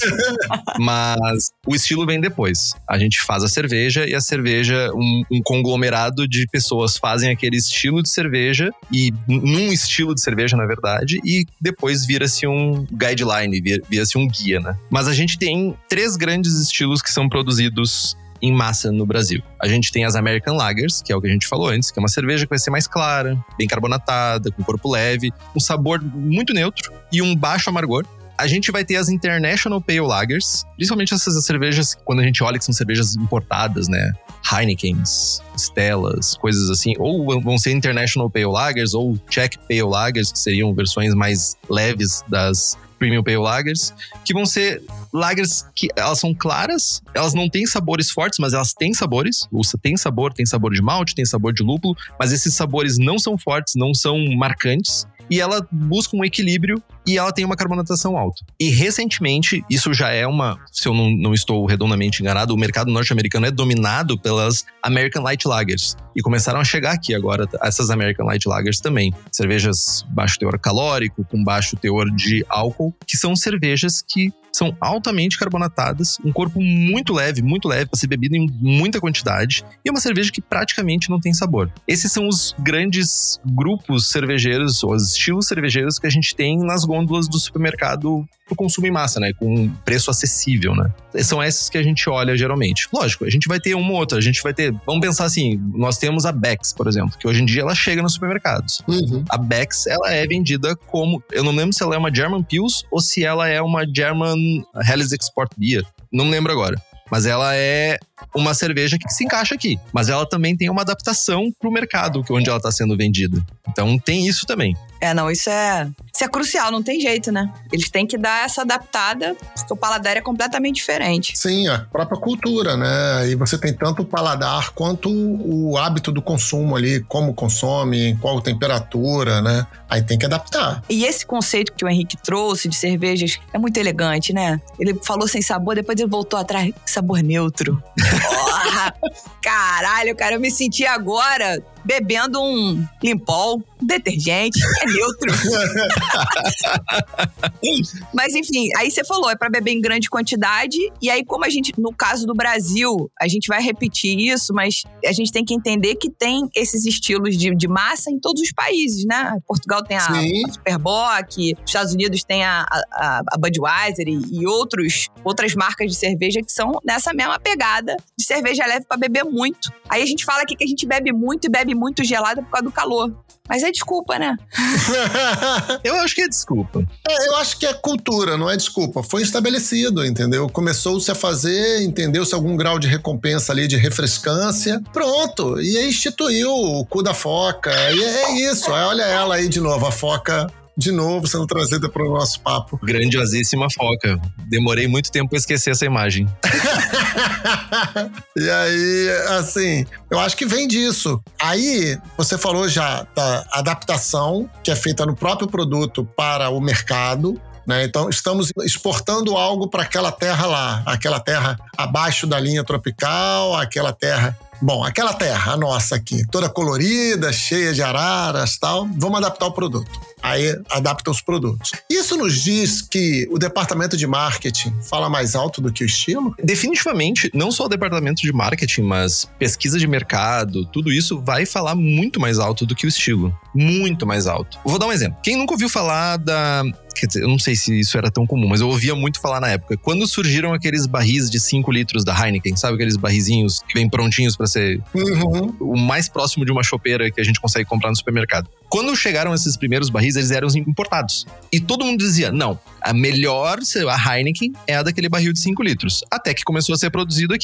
Mas o estilo vem depois. A gente faz a cerveja e a cerveja, um, um conglomerado de pessoas fazem aquele estilo de cerveja e num estilo de cerveja, na verdade, e depois vira-se um guideline, vira-se um guia, né? Mas a gente tem três grandes estilos que são produzidos em massa no Brasil. A gente tem as American Lagers, que é o que a gente falou antes, que é uma cerveja que vai ser mais clara, bem carbonatada, com corpo leve, um sabor muito neutro e um baixo amargor. A gente vai ter as International Pale Lagers, principalmente essas cervejas, quando a gente olha que são cervejas importadas, né? Heinekens, Stellas, coisas assim. Ou vão ser International Pale Lagers ou Czech Pale Lagers, que seriam versões mais leves das Premium Pale Lagers, que vão ser lagers que elas são claras, elas não têm sabores fortes, mas elas têm sabores. Tem sabor, tem sabor de malte, tem sabor de lúpulo, mas esses sabores não são fortes, não são marcantes. E ela busca um equilíbrio e ela tem uma carbonatação alta. E recentemente, isso já é uma... Se eu não, não estou redondamente enganado, o mercado norte-americano é dominado pelas American Light Lagers. E começaram a chegar aqui agora essas American Light Lagers também. Cervejas baixo teor calórico, com baixo teor de álcool, que são cervejas que são altamente carbonatadas, um corpo muito leve, muito leve, para ser bebido em muita quantidade, e é uma cerveja que praticamente não tem sabor. Esses são os grandes grupos cervejeiros, ou os estilos cervejeiros que a gente tem nas gôndolas do supermercado pro consumo em massa, né? Com preço acessível, né? São esses que a gente olha geralmente. Lógico, a gente vai ter uma ou outra, a gente vai ter... Vamos pensar assim, nós temos a Beck's, por exemplo, que hoje em dia ela chega nos supermercados. Uhum. A Beck's, ela é vendida como... Eu não lembro se ela é uma German Pils ou se ela é uma German Helles Export Beer. Não me lembro agora. Mas ela é uma cerveja que se encaixa aqui. Mas ela também tem uma adaptação pro mercado onde ela está sendo vendida. Então tem isso também. É, não, isso é, isso é crucial, não tem jeito, né? Eles têm que dar essa adaptada, porque o paladar é completamente diferente. Sim, a própria cultura, né? E você tem tanto o paladar quanto o hábito do consumo ali, como consome, qual temperatura, né? Aí tem que adaptar. E esse conceito que o Henrique trouxe de cervejas é muito elegante, né? Ele falou sem sabor, depois ele voltou atrás, sabor neutro. Porra! Caralho, cara, eu me senti agora bebendo um Limpol, detergente, é neutro. Mas enfim, aí você falou, é pra beber em grande quantidade, e aí como a gente, no caso do Brasil, a gente vai repetir isso, mas a gente tem que entender que tem esses estilos de, de massa em todos os países, né? Portugal tem a, a Superbock, os Estados Unidos tem a, a, a Budweiser e, e outros, outras marcas de cerveja que são nessa mesma pegada de cerveja leve pra beber muito. Aí a gente fala aqui que a gente bebe muito e bebe muito gelado por causa do calor. Mas é desculpa, né? Eu acho que é desculpa. É, eu acho que é cultura, não é desculpa. Foi estabelecido, entendeu? Começou-se a fazer, entendeu-se algum grau de recompensa ali, de refrescância. Pronto. E aí instituiu o cu da foca. E é isso. Aí olha ela aí de novo, a foca... De novo, sendo trazida para o nosso papo. Grandiosíssima foca. Demorei muito tempo para esquecer essa imagem. E aí, assim, eu acho que vem disso. Aí, você falou já da adaptação, que é feita no próprio produto para o mercado, né? Então, estamos exportando algo para aquela terra lá, aquela terra abaixo da linha tropical, aquela terra... Bom, aquela terra, a nossa aqui, toda colorida, cheia de araras e tal, vamos adaptar o produto. Aí adapta os produtos. Isso nos diz que o departamento de marketing fala mais alto do que o estilo? Definitivamente, não só o departamento de marketing, mas pesquisa de mercado, tudo isso vai falar muito mais alto do que o estilo. Muito mais alto. Vou dar um exemplo. Quem nunca ouviu falar da... Quer dizer, eu não sei se isso era tão comum, mas eu ouvia muito falar na época. Quando surgiram aqueles barris de cinco litros da Heineken, sabe? Aqueles barrizinhos que vêm prontinhos pra ser uhum. o mais próximo de uma chopeira que a gente consegue comprar no supermercado. Quando chegaram esses primeiros barris, eles eram importados. E todo mundo dizia, não, a melhor, a Heineken é a daquele barril de cinco litros. Até que começou a ser produzido aqui.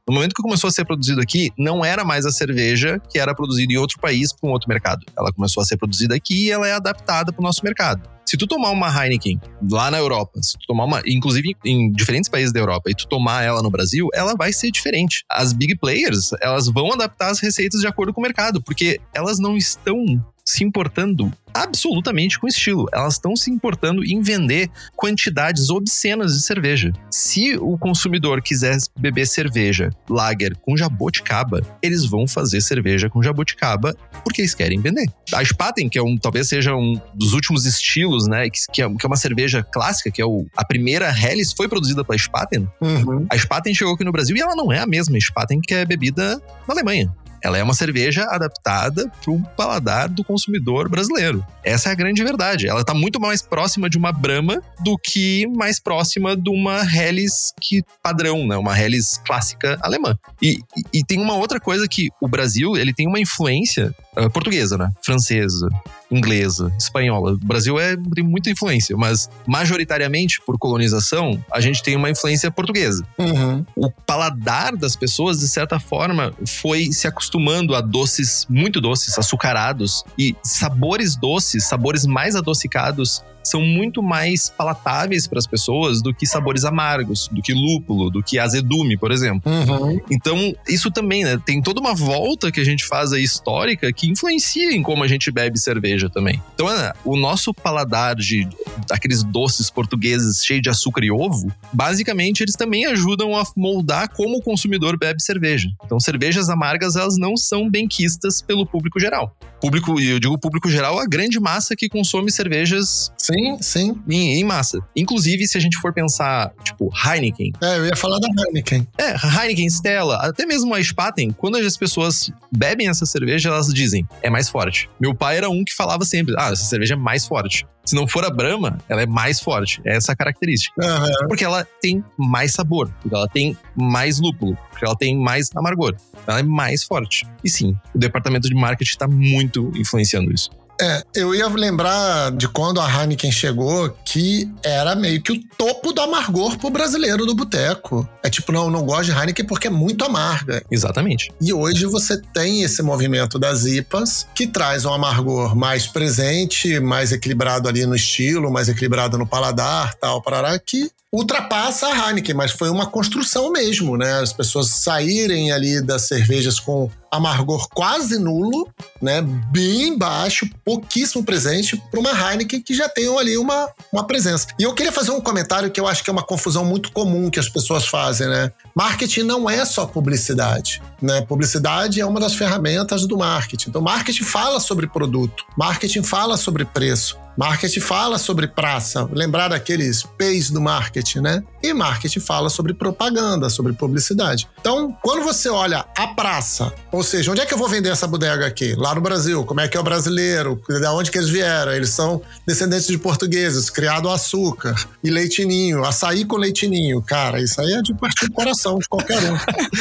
No momento que começou a ser produzido aqui, não era mais a cerveja que era produzida em outro país para um outro mercado. Ela começou a ser produzida aqui e ela é adaptada para o nosso mercado. Se tu tomar uma Heineken lá na Europa, se tu tomar uma, inclusive em diferentes países da Europa, e tu tomar ela no Brasil, ela vai ser diferente. As big players, elas vão adaptar as receitas de acordo com o mercado, porque elas não estão se importando absolutamente com estilo. Elas estão se importando em vender quantidades obscenas de cerveja. Se o consumidor quiser beber cerveja lager com jabuticaba, eles vão fazer cerveja com jabuticaba porque eles querem vender. A Spaten, que é um, talvez seja um dos últimos estilos, né, que, que, é, que é uma cerveja clássica, que é o, a primeira Helles foi produzida pela Spaten. Uhum. A Spaten chegou aqui no Brasil e ela não é a mesma Spaten que é bebida na Alemanha. Ela é uma cerveja adaptada para o paladar do consumidor brasileiro. Essa é a grande verdade. Ela está muito mais próxima de uma Brahma do que mais próxima de uma Helles que padrão, né? Uma Helles clássica alemã. E, e, e tem uma outra coisa que o Brasil, ele tem uma influência uh, portuguesa, né? Francesa, inglesa, espanhola. O Brasil é, tem muita influência, mas majoritariamente por colonização, a gente tem uma influência portuguesa. Uhum. O paladar das pessoas, de certa forma, foi se acostumando a doces muito doces, açucarados, e sabores doces, sabores mais adocicados, são muito mais palatáveis para as pessoas do que sabores amargos, do que lúpulo, do que azedume, por exemplo. Uhum. Então, isso também, né? Tem toda uma volta que a gente faz aí histórica que influencia em como a gente bebe cerveja também. Então, Ana, o nosso paladar de aqueles doces portugueses cheios de açúcar e ovo, basicamente eles também ajudam a moldar como o consumidor bebe cerveja. Então, cervejas amargas, elas não são benquistas pelo público geral. Público, e eu digo público geral, a grande massa que consome cervejas Sim, sim. Em, em massa. Inclusive, se a gente for pensar, tipo, Heineken. É, eu ia falar da Heineken. É, Heineken, Stella, até mesmo a Spaten, quando as pessoas bebem essa cerveja, elas dizem, é mais forte. Meu pai era um que falava sempre, ah, essa cerveja é mais forte. Se não for a Brahma, ela é mais forte. É essa a característica. Uhum. Porque ela tem mais sabor, porque ela tem mais lúpulo, porque ela tem mais amargor. Ela é mais forte. E sim, o departamento de marketing está muito influenciando isso. É, eu ia lembrar de quando a Heineken chegou, que era meio que o topo do amargor pro brasileiro do boteco. É tipo, não, não gosto de Heineken porque é muito amarga. Exatamente. E hoje você tem esse movimento das I P As, que traz um amargor mais presente, mais equilibrado ali no estilo, mais equilibrado no paladar, tal, parará, que ultrapassa a Heineken, mas foi uma construção mesmo, né? As pessoas saírem ali das cervejas com amargor quase nulo, né? Bem baixo, pouquíssimo presente, para uma Heineken que já tem ali uma, uma presença. E eu queria fazer um comentário que eu acho que é uma confusão muito comum que as pessoas fazem, né? Marketing não é só publicidade, né? Publicidade é uma das ferramentas do marketing. Então, marketing fala sobre produto, marketing fala sobre preço, marketing fala sobre praça, lembrar daqueles P's do marketing, né? E marketing fala sobre propaganda, sobre publicidade. Então, quando você olha a praça, ou seja, onde é que eu vou vender essa bodega aqui? Lá no Brasil, como é que é o brasileiro? De onde que eles vieram? Eles são descendentes de portugueses, criado açúcar e leitinho, açaí com leitinho. Cara, isso aí é de partir do coração de qualquer um.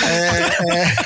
É, é...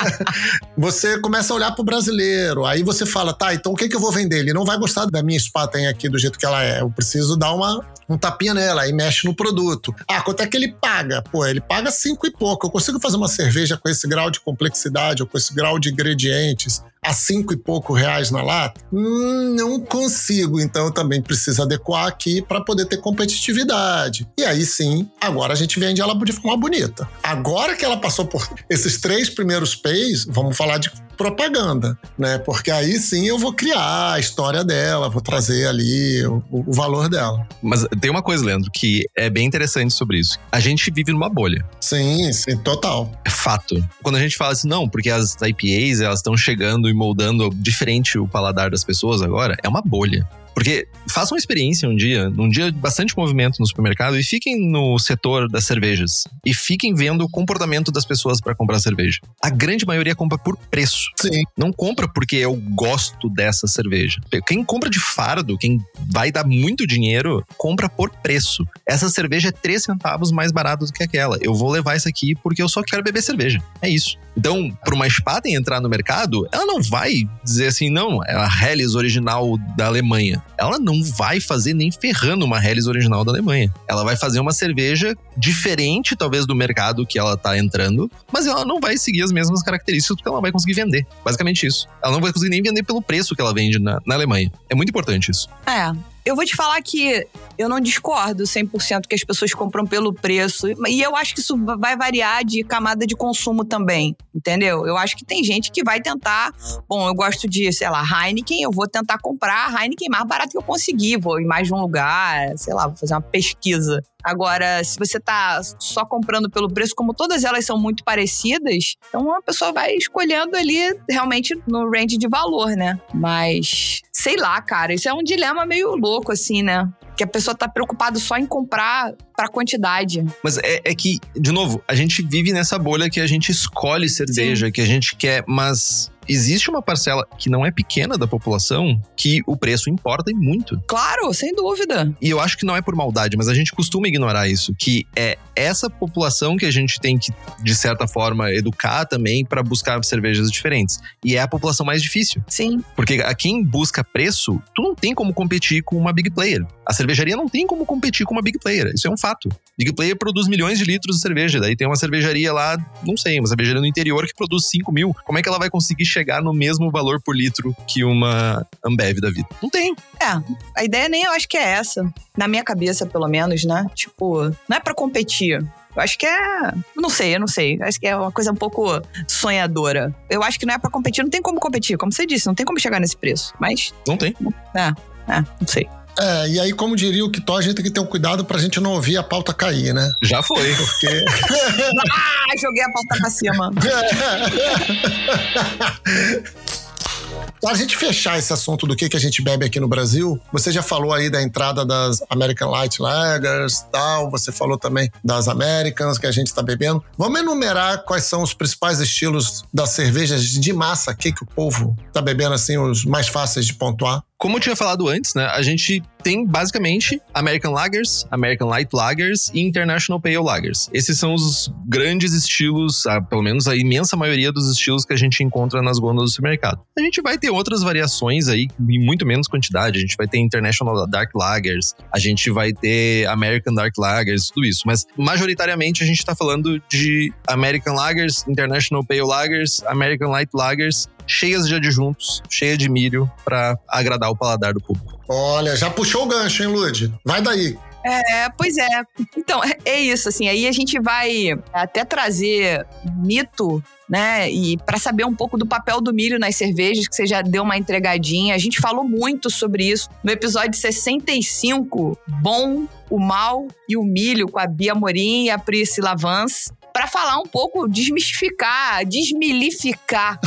Você começa a olhar pro brasileiro, aí você fala, tá, então o que que eu vou vender? Ele não vai gostar da minha Spaten aqui do jeito que ela é. Eu preciso dar uma, um tapinha nela, aí mexe no produto. Ah, quanto é que ele paga? Pô, ele paga cinco e pouco. Eu consigo fazer uma cerveja com esse grau de complexidade ou com esse grau de ingredientes a cinco e pouco reais na lata? Hum, não consigo. Então eu também preciso adequar aqui para poder ter competitividade. E aí sim, agora a gente vende ela de forma bonita. Agora que ela passou por esses três primeiros P's, vamos falar de propaganda, né? Porque aí sim eu vou criar a história dela, vou trazer ali o, o valor dela. Mas tem uma coisa, Leandro, que é bem interessante sobre isso. A gente vive numa bolha. Sim, sim, total. É fato. Quando a gente fala assim, não, porque as I P As, elas estão chegando e moldando diferente o paladar das pessoas agora, é uma bolha. Porque façam uma experiência um dia, num dia de bastante movimento no supermercado, e fiquem no setor das cervejas. E fiquem vendo o comportamento das pessoas para comprar cerveja. A grande maioria compra por preço. Sim. Não compra porque eu gosto dessa cerveja. Quem compra de fardo, quem vai dar muito dinheiro, compra por preço. Essa cerveja é três centavos mais barata do que aquela. Eu vou levar isso aqui porque eu só quero beber cerveja. É isso. Então, para uma Spaten entrar no mercado, ela não vai dizer assim, não, é a Helles original da Alemanha. ela não vai fazer nem ferrando uma Helles original da Alemanha. Ela vai fazer uma cerveja diferente, talvez, do mercado que ela tá entrando, mas ela não vai seguir as mesmas características porque ela não vai conseguir vender. Basicamente isso. Ela não vai conseguir nem vender pelo preço que ela vende na, na Alemanha. É muito importante isso. É. Eu vou te falar que eu não discordo cem por cento que as pessoas compram pelo preço. E eu acho que isso vai variar de camada de consumo também, entendeu? Eu acho que tem gente que vai tentar... Bom, eu gosto de, sei lá, Heineken. Eu vou tentar comprar a Heineken mais barato que eu conseguir. Vou ir mais de um lugar, sei lá, vou fazer uma pesquisa. Agora, se você tá só comprando pelo preço, como todas elas são muito parecidas, então a pessoa vai escolhendo ali realmente no range de valor, né? Mas, sei lá, cara, isso é um dilema meio louco, assim, né? Que a pessoa tá preocupada só em comprar pra quantidade. Mas é, é que, de novo, a gente vive nessa bolha que a gente escolhe cerveja, Sim. que a gente quer, mas... Existe uma parcela que não é pequena da população que o preço importa e muito. Claro, sem dúvida. E eu acho que não é por maldade, mas a gente costuma ignorar isso. Que é essa população que a gente tem que, de certa forma, educar também para buscar cervejas diferentes. E é a população mais difícil. Sim. Porque a quem busca preço, tu não tem como competir com uma big player. A cervejaria não tem como competir com uma big player. Isso é um fato. Big player produz milhões de litros de cerveja. Daí tem uma cervejaria lá, não sei, uma cervejaria no interior que produz cinco mil. Como é que ela vai conseguir chegar no mesmo valor por litro que uma Ambev da vida? Não tem. É, a ideia nem eu acho que é essa. Na minha cabeça, pelo menos, né? Tipo, não é pra competir. Eu acho que é... Não sei, eu não sei. Eu acho que é uma coisa um pouco sonhadora. Eu acho que não é pra competir. Não tem como competir, como você disse. Não tem como chegar nesse preço. Mas... Não tem. É, é, não sei. É, e aí, como diria o Kitó, a gente tem que ter um cuidado pra gente não ouvir a pauta cair, né? Já foi. Porque... ah, joguei a pauta pra cima. Pra gente fechar esse assunto do que, que a gente bebe aqui no Brasil, você já falou aí da entrada das American Light Lagers e tal, você falou também das Americans que a gente tá bebendo. Vamos enumerar quais são os principais estilos das cervejas de massa aqui que o povo tá bebendo, assim, os mais fáceis de pontuar? Como eu tinha falado antes, né, a gente tem basicamente American Lagers, American Light Lagers e International Pale Lagers. Esses são os grandes estilos, ah, pelo menos a imensa maioria dos estilos que a gente encontra nas gôndolas do supermercado. A gente vai ter outras variações aí, em muito menos quantidade. A gente vai ter International Dark Lagers, a gente vai ter American Dark Lagers, tudo isso. Mas majoritariamente a gente tá falando de American Lagers, International Pale Lagers, American Light Lagers, cheias de adjuntos, cheia de milho pra agradar o paladar do público. Olha, já puxou o gancho, hein, Lud? Vai daí. É, pois é. Então, é isso, assim, aí a gente vai até trazer mito, né, e para saber um pouco do papel do milho nas cervejas, que você já deu uma entregadinha. A gente falou muito sobre isso no episódio sessenta e cinco, Bom, o Mal e o Milho, com a Bia Morim e a Priscila Vance, para falar um pouco, desmistificar, desmilificar.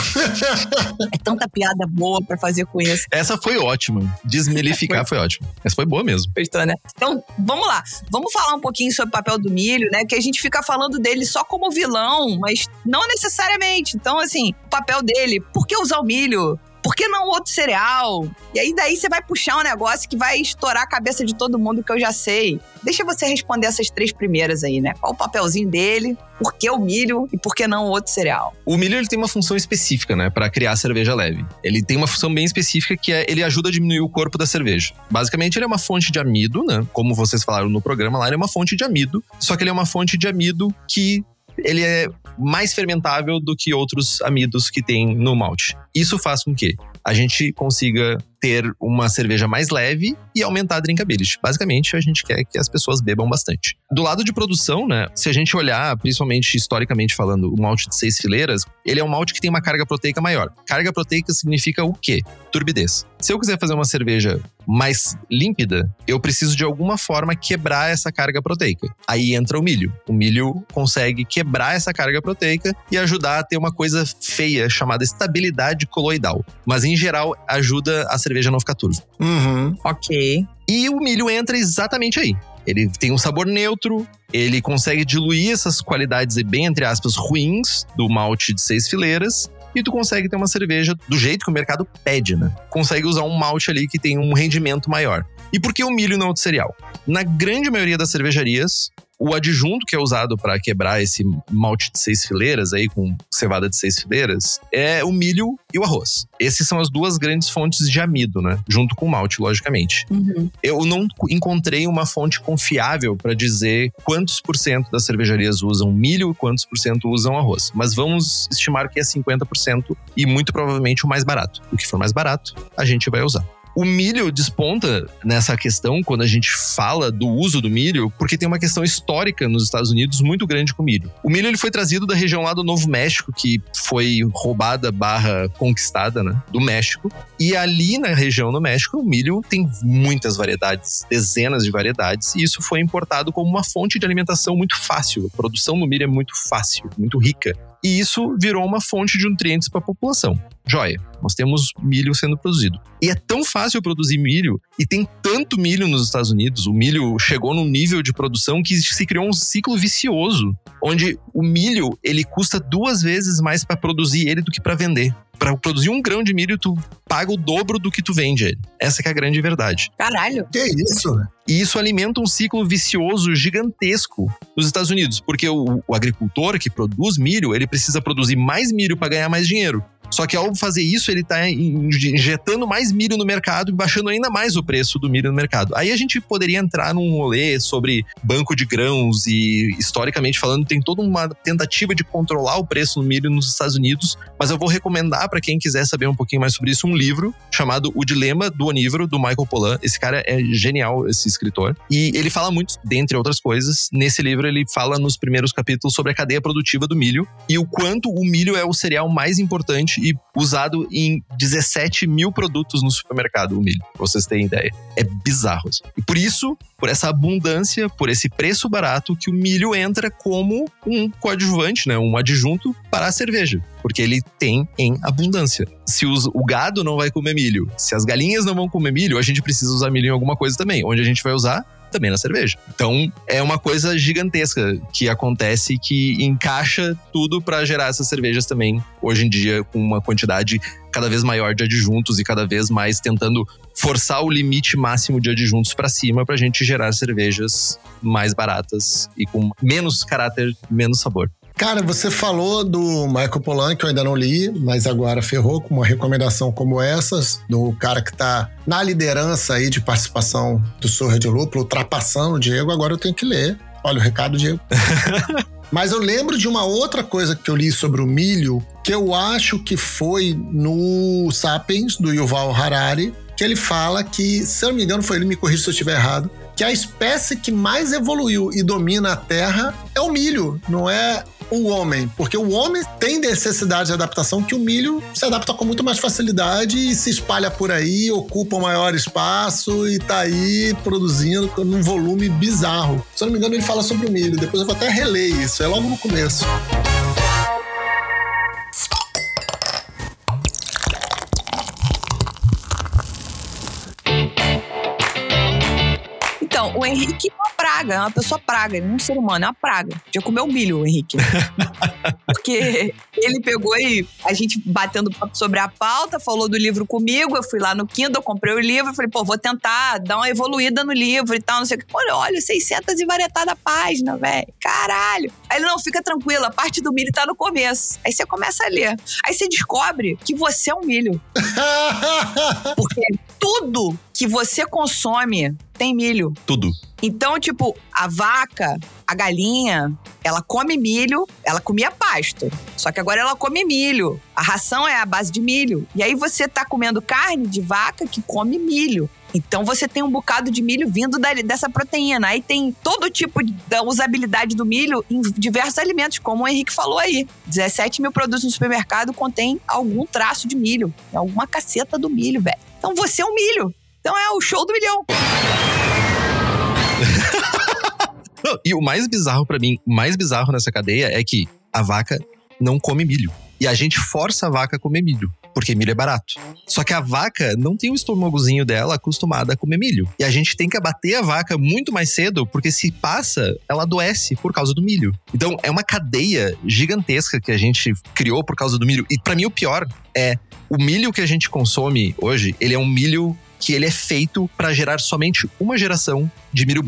É tanta piada boa para fazer com isso. Essa foi ótima. Desmilificar foi ótimo. Essa foi boa mesmo. Gostou, né? Então, vamos lá. Vamos falar um pouquinho sobre o papel do milho, né? Que a gente fica falando dele só como vilão, mas não necessariamente. Então, assim, o papel dele, por que usar o milho? Por que não outro cereal? E aí daí você vai puxar um negócio que vai estourar a cabeça de todo mundo, que eu já sei. Deixa você responder essas três primeiras aí, né? Qual o papelzinho dele? Por que o milho? E por que não outro cereal? O milho, ele tem uma função específica, né? Pra criar cerveja leve. Ele tem uma função bem específica, que é ele ajuda a diminuir o corpo da cerveja. Basicamente, ele é uma fonte de amido, né? Como vocês falaram no programa lá, ele é uma fonte de amido. Só que ele é uma fonte de amido que ele é mais fermentável do que outros amidos que tem no malte. Isso faz com que a gente consiga ter uma cerveja mais leve e aumentar a drinkability. Basicamente, a gente quer que as pessoas bebam bastante. Do lado de produção, né, se a gente olhar, principalmente historicamente falando, o malte de seis fileiras, ele é um malte que tem uma carga proteica maior. Carga proteica significa o quê? Turbidez. Se eu quiser fazer uma cerveja mais límpida, eu preciso de alguma forma quebrar essa carga proteica. Aí entra o milho. O milho consegue quebrar essa carga proteica e ajudar a ter uma coisa feia chamada estabilidade coloidal. Mas, em geral, ajuda a cerveja a não ficar turva. Uhum. Ok. E o milho entra exatamente aí. Ele tem um sabor neutro, ele consegue diluir essas qualidades bem, entre aspas, ruins do malte de seis fileiras, e tu consegue ter uma cerveja do jeito que o mercado pede, né? Consegue usar um malte ali que tem um rendimento maior. E por que o milho não é outro cereal? Na grande maioria das cervejarias, o adjunto que é usado para quebrar esse malte de seis fileiras aí, com cevada de seis fileiras, é o milho e o arroz. Esses são as duas grandes fontes de amido, né? Junto com o malte, logicamente. Uhum. Eu não encontrei uma fonte confiável para dizer quantos por cento das cervejarias usam milho e quantos por cento usam arroz. Mas vamos estimar que é cinquenta por cento e muito provavelmente o mais barato. O que for mais barato, a gente vai usar. O milho desponta nessa questão quando a gente fala do uso do milho, porque tem uma questão histórica nos Estados Unidos muito grande com o milho. O milho ele foi trazido da região lá do Novo México, que foi roubada barra conquistada, né, do México. E ali na região do México, o milho tem muitas variedades, dezenas de variedades, e isso foi importado como uma fonte de alimentação muito fácil. A produção do milho é muito fácil, muito rica. E isso virou uma fonte de nutrientes para a população. Joia, nós temos milho sendo produzido. E é tão fácil produzir milho, e tem tanto milho nos Estados Unidos, o milho chegou num nível de produção que se criou um ciclo vicioso, onde o milho, ele custa duas vezes mais para produzir ele do que para vender. Para produzir um grão de milho, tu paga o dobro do que tu vende ele. Essa que é a grande verdade. Caralho. Que isso? E isso alimenta um ciclo vicioso gigantesco nos Estados Unidos, porque o, o agricultor que produz milho, ele precisa produzir mais milho para ganhar mais dinheiro. Só que ao fazer isso, ele está injetando mais milho no mercado e baixando ainda mais o preço do milho no mercado. Aí a gente poderia entrar num rolê sobre banco de grãos e, historicamente falando, tem toda uma tentativa de controlar o preço do milho nos Estados Unidos, mas eu vou recomendar para quem quiser saber um pouquinho mais sobre isso, um livro chamado O Dilema do Onívoro, do Michael Pollan. Esse cara é genial, esse escritor. E ele fala muito, dentre outras coisas, nesse livro ele fala nos primeiros capítulos sobre a cadeia produtiva do milho e o quanto o milho é o cereal mais importante e usado em dezessete mil produtos no supermercado, o milho, pra vocês terem ideia. É bizarro. Assim. E por isso, por essa abundância, por esse preço barato, que o milho entra como um coadjuvante, né? Um adjunto para a cerveja. Porque ele tem em abundância. Se os, o gado não vai comer milho, se as galinhas não vão comer milho, a gente precisa usar milho em alguma coisa também. Onde a gente vai usar? Também na cerveja. Então, é uma coisa gigantesca que acontece, que encaixa tudo para gerar essas cervejas também, hoje em dia, com uma quantidade cada vez maior de adjuntos e cada vez mais tentando forçar o limite máximo de adjuntos para cima pra gente gerar cervejas mais baratas e com menos caráter, menos sabor. Cara, você falou do Michael Pollan, que eu ainda não li, mas agora ferrou com uma recomendação como essas, do cara que tá na liderança aí de participação do Surra de Lúpulo, ultrapassando o Diego, agora eu tenho que ler. Olha o recado, Diego. Mas eu lembro de uma outra coisa que eu li sobre o milho, que eu acho que foi no Sapiens, do Yuval Harari, que ele fala que, se eu não me engano, foi ele, me corrija se eu estiver errado, que a espécie que mais evoluiu e domina a Terra é o milho, não é o homem. Porque o homem tem necessidade de adaptação que o milho se adapta com muito mais facilidade e se espalha por aí, ocupa um maior espaço e tá aí produzindo num volume bizarro. Se eu não me engano, ele fala sobre o milho. Depois eu vou até reler isso, é logo no começo. Então, o Henrique é uma praga, é uma pessoa praga, ele não é um ser humano, é uma praga. Já comeu milho, o Henrique. Porque ele pegou e a gente batendo papo sobre a pauta, falou do livro comigo, eu fui lá no Kindle, comprei o livro, falei, pô, vou tentar dar uma evoluída no livro e tal, não sei o que. Olha, olha, seiscentas e varietada página, velho. Caralho. Aí ele, não, fica tranquilo, a parte do milho tá no começo. Aí você começa a ler. Aí você descobre que você é um milho. Porque tudo que você consome tem milho. Tudo. Então, tipo, a vaca, a galinha, ela come milho, ela comia pasto. Só que agora ela come milho. A ração é a base de milho. E aí você tá comendo carne de vaca que come milho. Então você tem um bocado de milho vindo da, dessa proteína. Aí tem todo tipo da usabilidade do milho em diversos alimentos, como o Henrique falou aí. dezessete mil produtos no supermercado contém algum traço de milho. Alguma caceta do milho, velho. Então você é um milho. Então é o show do milhão. Não, e o mais bizarro pra mim, o mais bizarro nessa cadeia é que a vaca não come milho. E a gente força a vaca a comer milho, porque milho é barato. Só que a vaca não tem o estômagozinho dela acostumada a comer milho. E a gente tem que abater a vaca muito mais cedo, porque se passa, ela adoece por causa do milho. Então é uma cadeia gigantesca que a gente criou por causa do milho. E pra mim o pior é, o milho que a gente consome hoje, ele é um milho que ele é feito para gerar somente uma geração de milho bom.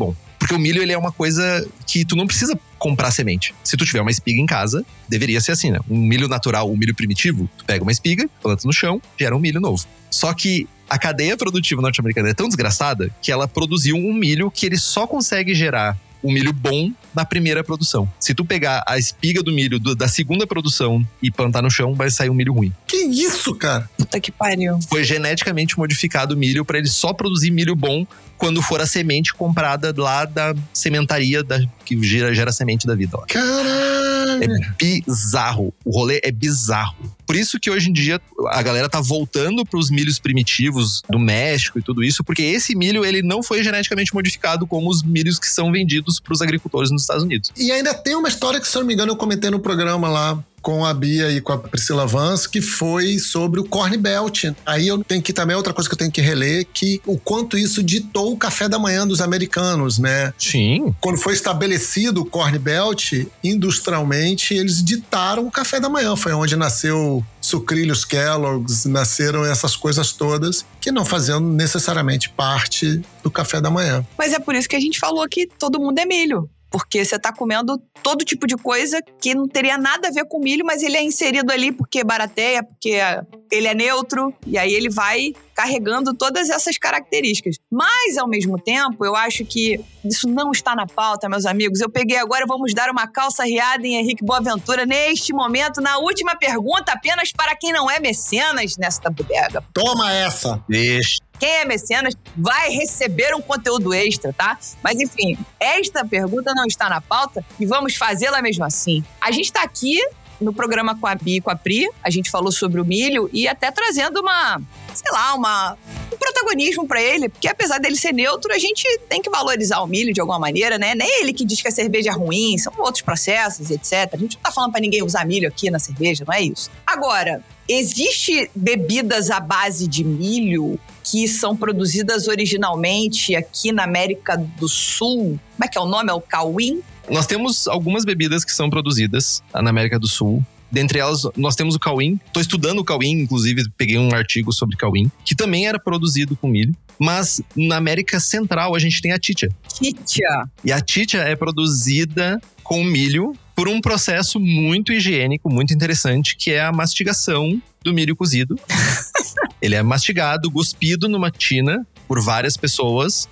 Porque o milho, ele é uma coisa que tu não precisa comprar semente. Se tu tiver uma espiga em casa, deveria ser assim, né? Um milho natural, um milho primitivo, tu pega uma espiga, planta no chão, gera um milho novo. Só que a cadeia produtiva norte-americana é tão desgraçada que ela produziu um milho que ele só consegue gerar um milho bom na primeira produção. Se tu pegar a espiga do milho do, da segunda produção e plantar no chão, vai sair um milho ruim. Que isso, cara? Puta que pariu. Foi geneticamente modificado o milho para ele só produzir milho bom quando for a semente comprada lá da sementaria da, que gera, gera a semente da vida. Ó. Caralho! É bizarro. O rolê é bizarro. Por isso que hoje em dia a galera tá voltando pros milhos primitivos do México e tudo isso, porque esse milho, ele não foi geneticamente modificado como os milhos que são vendidos pros agricultores nos Estados Unidos. E ainda tem uma história que, se eu não me engano, eu comentei no programa lá com a Bia e com a Priscila Vance, que foi sobre o Corn Belt. Aí eu tenho que também, outra coisa que eu tenho que reler, que o quanto isso ditou o café da manhã dos americanos, né? Sim. Quando foi estabelecido o Corn Belt, industrialmente, eles ditaram o café da manhã. Foi onde nasceu sucrilhos Kellogg's, nasceram essas coisas todas, que não faziam necessariamente parte do café da manhã. Mas é por isso que a gente falou que todo mundo é milho. Porque você tá comendo todo tipo de coisa que não teria nada a ver com milho, mas ele é inserido ali porque barateia, porque ele é neutro, e aí ele vai carregando todas essas características. Mas, ao mesmo tempo, eu acho que isso não está na pauta, meus amigos. Eu peguei agora, vamos dar uma calça riada em Henrique Boaventura neste momento, na última pergunta, apenas para quem não é mecenas nesta bodega. Toma essa! Deixa. Quem é mecenas vai receber um conteúdo extra, tá? Mas, enfim, esta pergunta não está na pauta e vamos fazê-la mesmo assim. A gente está aqui no programa com a Bia e com a Pri, a gente falou sobre o milho e até trazendo uma, sei lá, uma, um protagonismo para ele, porque apesar dele ser neutro, a gente tem que valorizar o milho de alguma maneira, né? Nem ele que diz que a cerveja é ruim, são outros processos, etcétera. A gente não tá falando para ninguém usar milho aqui na cerveja, não é isso. Agora, existe bebidas à base de milho que são produzidas originalmente aqui na América do Sul? Como é que é o nome? É o Cauim? Nós temos algumas bebidas que são produzidas na América do Sul. Dentre elas, nós temos o Cauim. Estou estudando o Cauim, inclusive peguei um artigo sobre Cauim, que também era produzido com milho. Mas na América Central a gente tem a chicha. Chicha. E a chicha é produzida com milho por um processo muito higiênico, muito interessante, que é a mastigação do milho cozido. Ele é mastigado, cuspido numa tina por várias pessoas.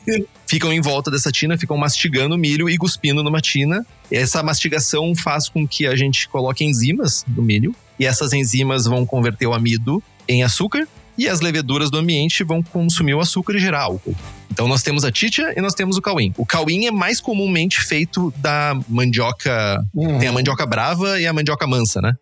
Ficam em volta dessa tina, ficam mastigando o milho e cuspindo numa tina. Essa mastigação faz com que a gente coloque enzimas no milho. E essas enzimas vão converter o amido em açúcar. E as leveduras do ambiente vão consumir o açúcar e gerar álcool. Então nós temos a chicha e nós temos o cauim. O cauim é mais comumente feito da mandioca... Uhum. Tem a mandioca brava e a mandioca mansa, né?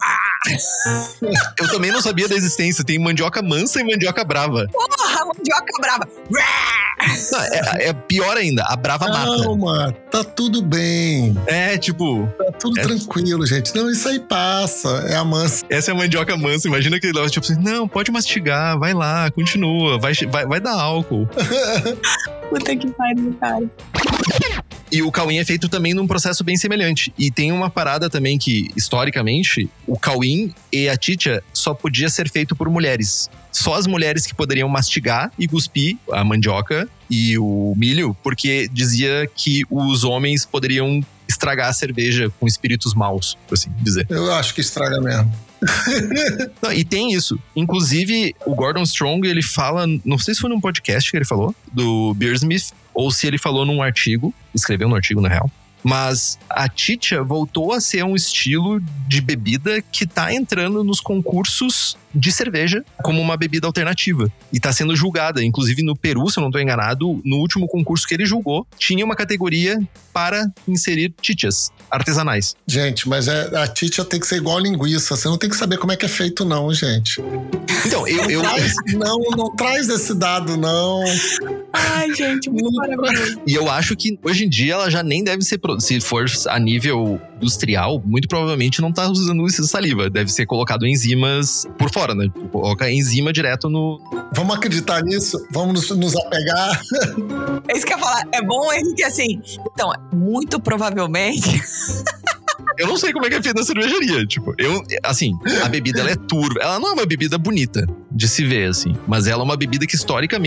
Eu também não sabia da existência. Tem mandioca mansa e mandioca brava. Porra, mandioca brava! Não, é, é pior ainda, a brava mata. Calma, tá tudo bem. É, tipo... Tá tudo é... tranquilo, gente. Não, isso aí passa. É a mansa. Essa é a mandioca mansa. Imagina que ele tipo assim, não, pode mastigar, vai lá, continua, vai, vai, vai dar álcool. Puta que pariu, cara. E o cauim é feito também num processo bem semelhante. E tem uma parada também que, historicamente, o cauim e a chicha só podia ser feito por mulheres. Só as mulheres que poderiam mastigar e cuspir a mandioca e o milho, porque dizia que os homens poderiam estragar a cerveja com espíritos maus, por assim dizer. Eu acho que estraga mesmo. Não, e tem isso. Inclusive, o Gordon Strong, ele fala, não sei se foi num podcast que ele falou, do Beersmith, ou se ele falou num artigo, escreveu no artigo, na real. Mas a chicha voltou a ser um estilo de bebida que tá entrando nos concursos de cerveja como uma bebida alternativa. E tá sendo julgada. Inclusive no Peru, se eu não tô enganado, no último concurso que ele julgou, tinha uma categoria para inserir chichas artesanais. Gente, mas é, a chicha tem que ser igual a linguiça. Você não tem que saber como é que é feito não, gente. Então, eu... eu... Não, não traz esse dado, não. Ai, gente, muito maravilhoso. E eu acho que hoje em dia ela já nem deve ser... Se for a nível industrial, muito provavelmente não tá usando essa saliva. Deve ser colocado enzimas por fora, né? Coloca enzima direto no... Vamos acreditar nisso? Vamos nos, nos apegar? É isso que eu ia falar. É bom, Henrique, assim... Então, muito provavelmente... Eu não sei como é que é feito na cervejaria, tipo, eu, assim, a bebida ela é turva, ela não é uma bebida bonita de se ver, assim, mas ela é uma bebida que historicamente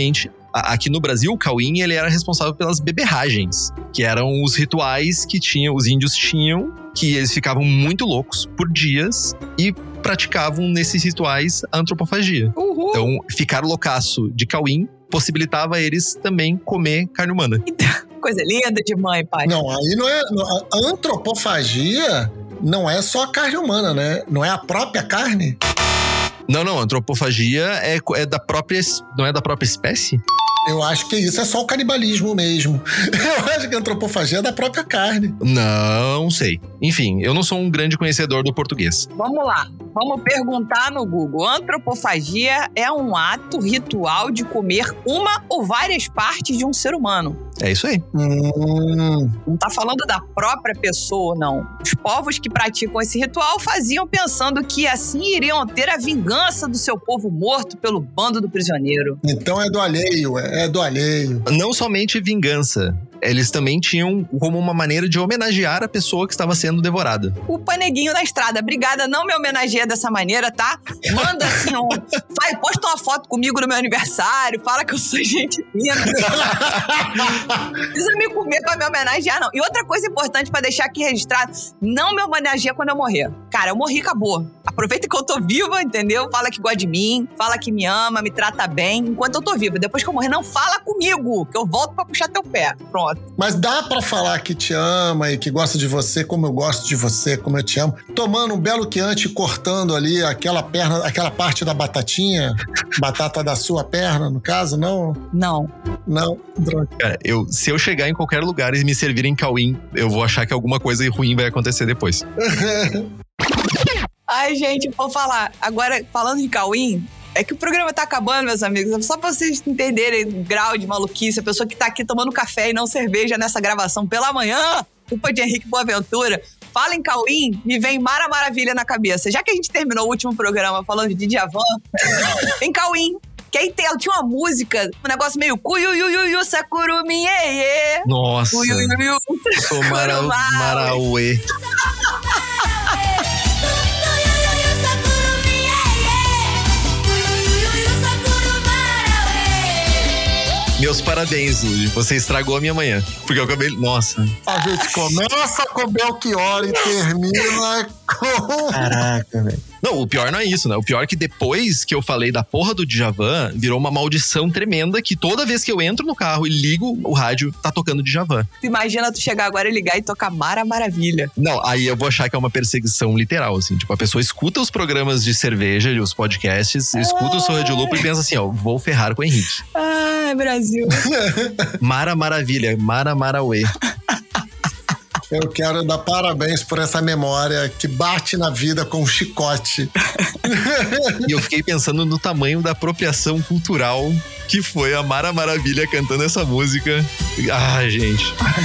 A- aqui no Brasil, o Cauim, ele era responsável pelas beberragens, que eram os rituais que tinham, os índios tinham, que eles ficavam muito loucos por dias e praticavam nesses rituais a antropofagia. Uhul. Então, ficar loucaço de Cauim possibilitava eles também comer carne humana. Coisa linda de mãe, pai. Não, aí não é. não- A antropofagia não é só a carne humana, né? Não é a própria carne? Não, não, antropofagia é, co- é da própria, es- não é da própria espécie? Eu acho que isso é só o canibalismo mesmo. Eu acho que a antropofagia é da própria carne. Não sei. Enfim, eu não sou um grande conhecedor do português. Vamos lá, vamos perguntar no Google. Antropofagia é um ato ritual de comer uma ou várias partes de um ser humano. É isso aí. Hum, Não tá falando da própria pessoa, não. Os povos que praticam esse ritual faziam pensando que assim iriam ter a vingança do seu povo morto pelo bando do prisioneiro. então é do alheio, é do alheio. Não somente vingança. Eles também tinham como uma maneira de homenagear a pessoa que estava sendo devorada. O paneguinho da estrada. Obrigada, não me homenageia dessa maneira, tá? Manda assim, um, vai, posta uma foto comigo no meu aniversário, fala que eu sou gente fina. Não precisa me comer pra me homenagear, não. E outra coisa importante pra deixar aqui registrado, não me homenageia quando eu morrer. Cara, eu morri, acabou. Aproveita que eu tô viva, entendeu? Fala que gosta de mim, fala que me ama, me trata bem, enquanto eu tô viva. Depois que eu morrer, não fala comigo, que eu volto pra puxar teu pé. Pronto. Mas dá pra falar que te ama e que gosta de você como eu gosto de você, como eu te amo, tomando um belo quiante e cortando ali aquela perna, aquela parte da batatinha, batata da sua perna, no caso, não? Não. Não, droga. Cara, eu, se eu chegar em qualquer lugar e me servirem Cauim, eu vou achar que alguma coisa ruim vai acontecer depois. Ai, gente, vou falar. Agora, falando em Cauim, é que o programa tá acabando, meus amigos. Só pra vocês entenderem o grau de maluquice. A pessoa que tá aqui tomando café e não cerveja nessa gravação pela manhã, culpa de Henrique Boaventura. Fala em Cauim, me vem Mara Maravilha na cabeça. Já que a gente terminou o último programa falando de Djavan, vem Cauim. Que aí tem, tinha uma música, um negócio meio cuyuyuyuyu, sakurumi, iê, Nossa, cuyuyuyu, sou mara, Marauê. Meus parabéns, Lud. Você estragou a minha manhã. Porque eu acabei... Nossa. A gente começa com Belchior e termina com... Caraca, velho. Não, o pior não é isso, né? O pior é que depois que eu falei da porra do Djavan, virou uma maldição tremenda que toda vez que eu entro no carro e ligo o rádio, tá tocando Djavan. Imagina tu chegar agora e ligar e tocar Mara Maravilha. Não, aí eu vou achar que é uma perseguição literal, assim. Tipo, a pessoa escuta os programas de cerveja, os podcasts, escuta o Sorra de Lupo e pensa assim, ó, vou ferrar com o Henrique. Ai, Brasil. Mara Maravilha, Mara Marauê. Eu quero dar parabéns por essa memória que bate na vida com um chicote. E eu fiquei pensando no tamanho da apropriação cultural que foi a Mara Maravilha cantando essa música. Ai, gente.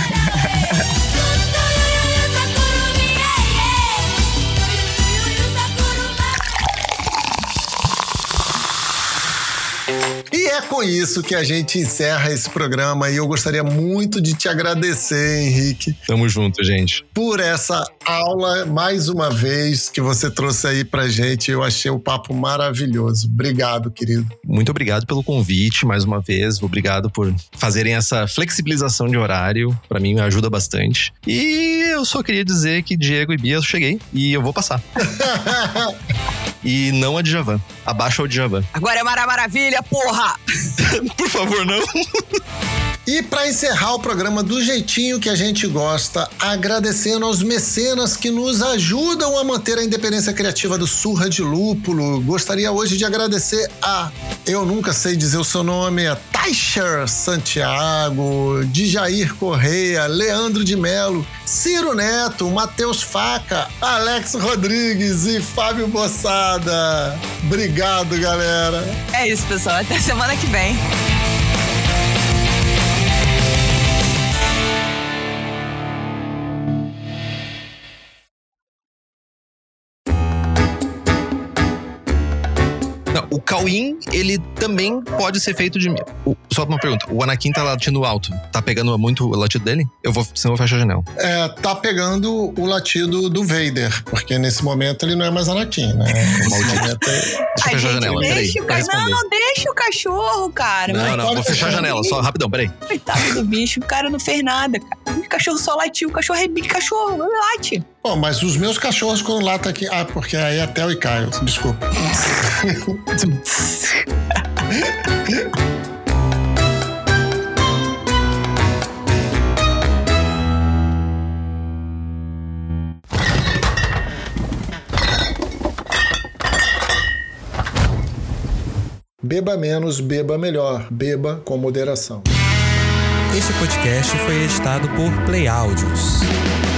E é com isso que a gente encerra esse programa e eu gostaria muito de te agradecer, Henrique, Tamo junto, gente. por essa aula, mais uma vez, que você trouxe aí pra gente. Eu achei o papo maravilhoso. Obrigado, querido. Muito obrigado pelo convite, mais uma vez. Obrigado por fazerem essa flexibilização de horário. Pra mim, me ajuda bastante. E eu só queria dizer que Diego e Bia, eu cheguei e eu vou passar. E não a Djavan. Abaixa o Djavan. Agora é Mara Maravilha, porra! Por favor, não. E para encerrar o programa do jeitinho que a gente gosta, agradecendo aos mecenas que nos ajudam a manter a independência criativa do Surra de Lúpulo. Gostaria hoje de agradecer a, eu nunca sei dizer o seu nome, a Taisher Santiago, Djair Correia, Leandro de Melo, Ciro Neto, Matheus Faca, Alex Rodrigues e Fábio Bossada. Obrigado, galera. É isso, pessoal. Até semana que vem. Não, o Cauim, ele também pode ser feito de... O, só uma pergunta. O Anakin tá latindo alto. Tá pegando muito o latido dele? Eu vou, senão eu fecho a janela. É, tá pegando o latido do Vader, porque nesse momento ele não é mais Anakin, né? Nesse Maldito. momento é... Deixa eu Ai, fechar a gente, janela. Peraí, deixa o vai cara. Não, responder. não deixa. deixa o cachorro, cara. Não, Mas não, vou fechar a janela, só rapidão, peraí. Coitado do bicho, o cara não fez nada, cara. O cachorro só latiu, o cachorro é bicho, cachorro, late. Bom, mas os meus cachorros quando latam aqui... Ah, porque aí é Theo e Caio, desculpa. Beba menos, beba melhor. Beba com moderação. Este podcast foi editado por Play Áudios.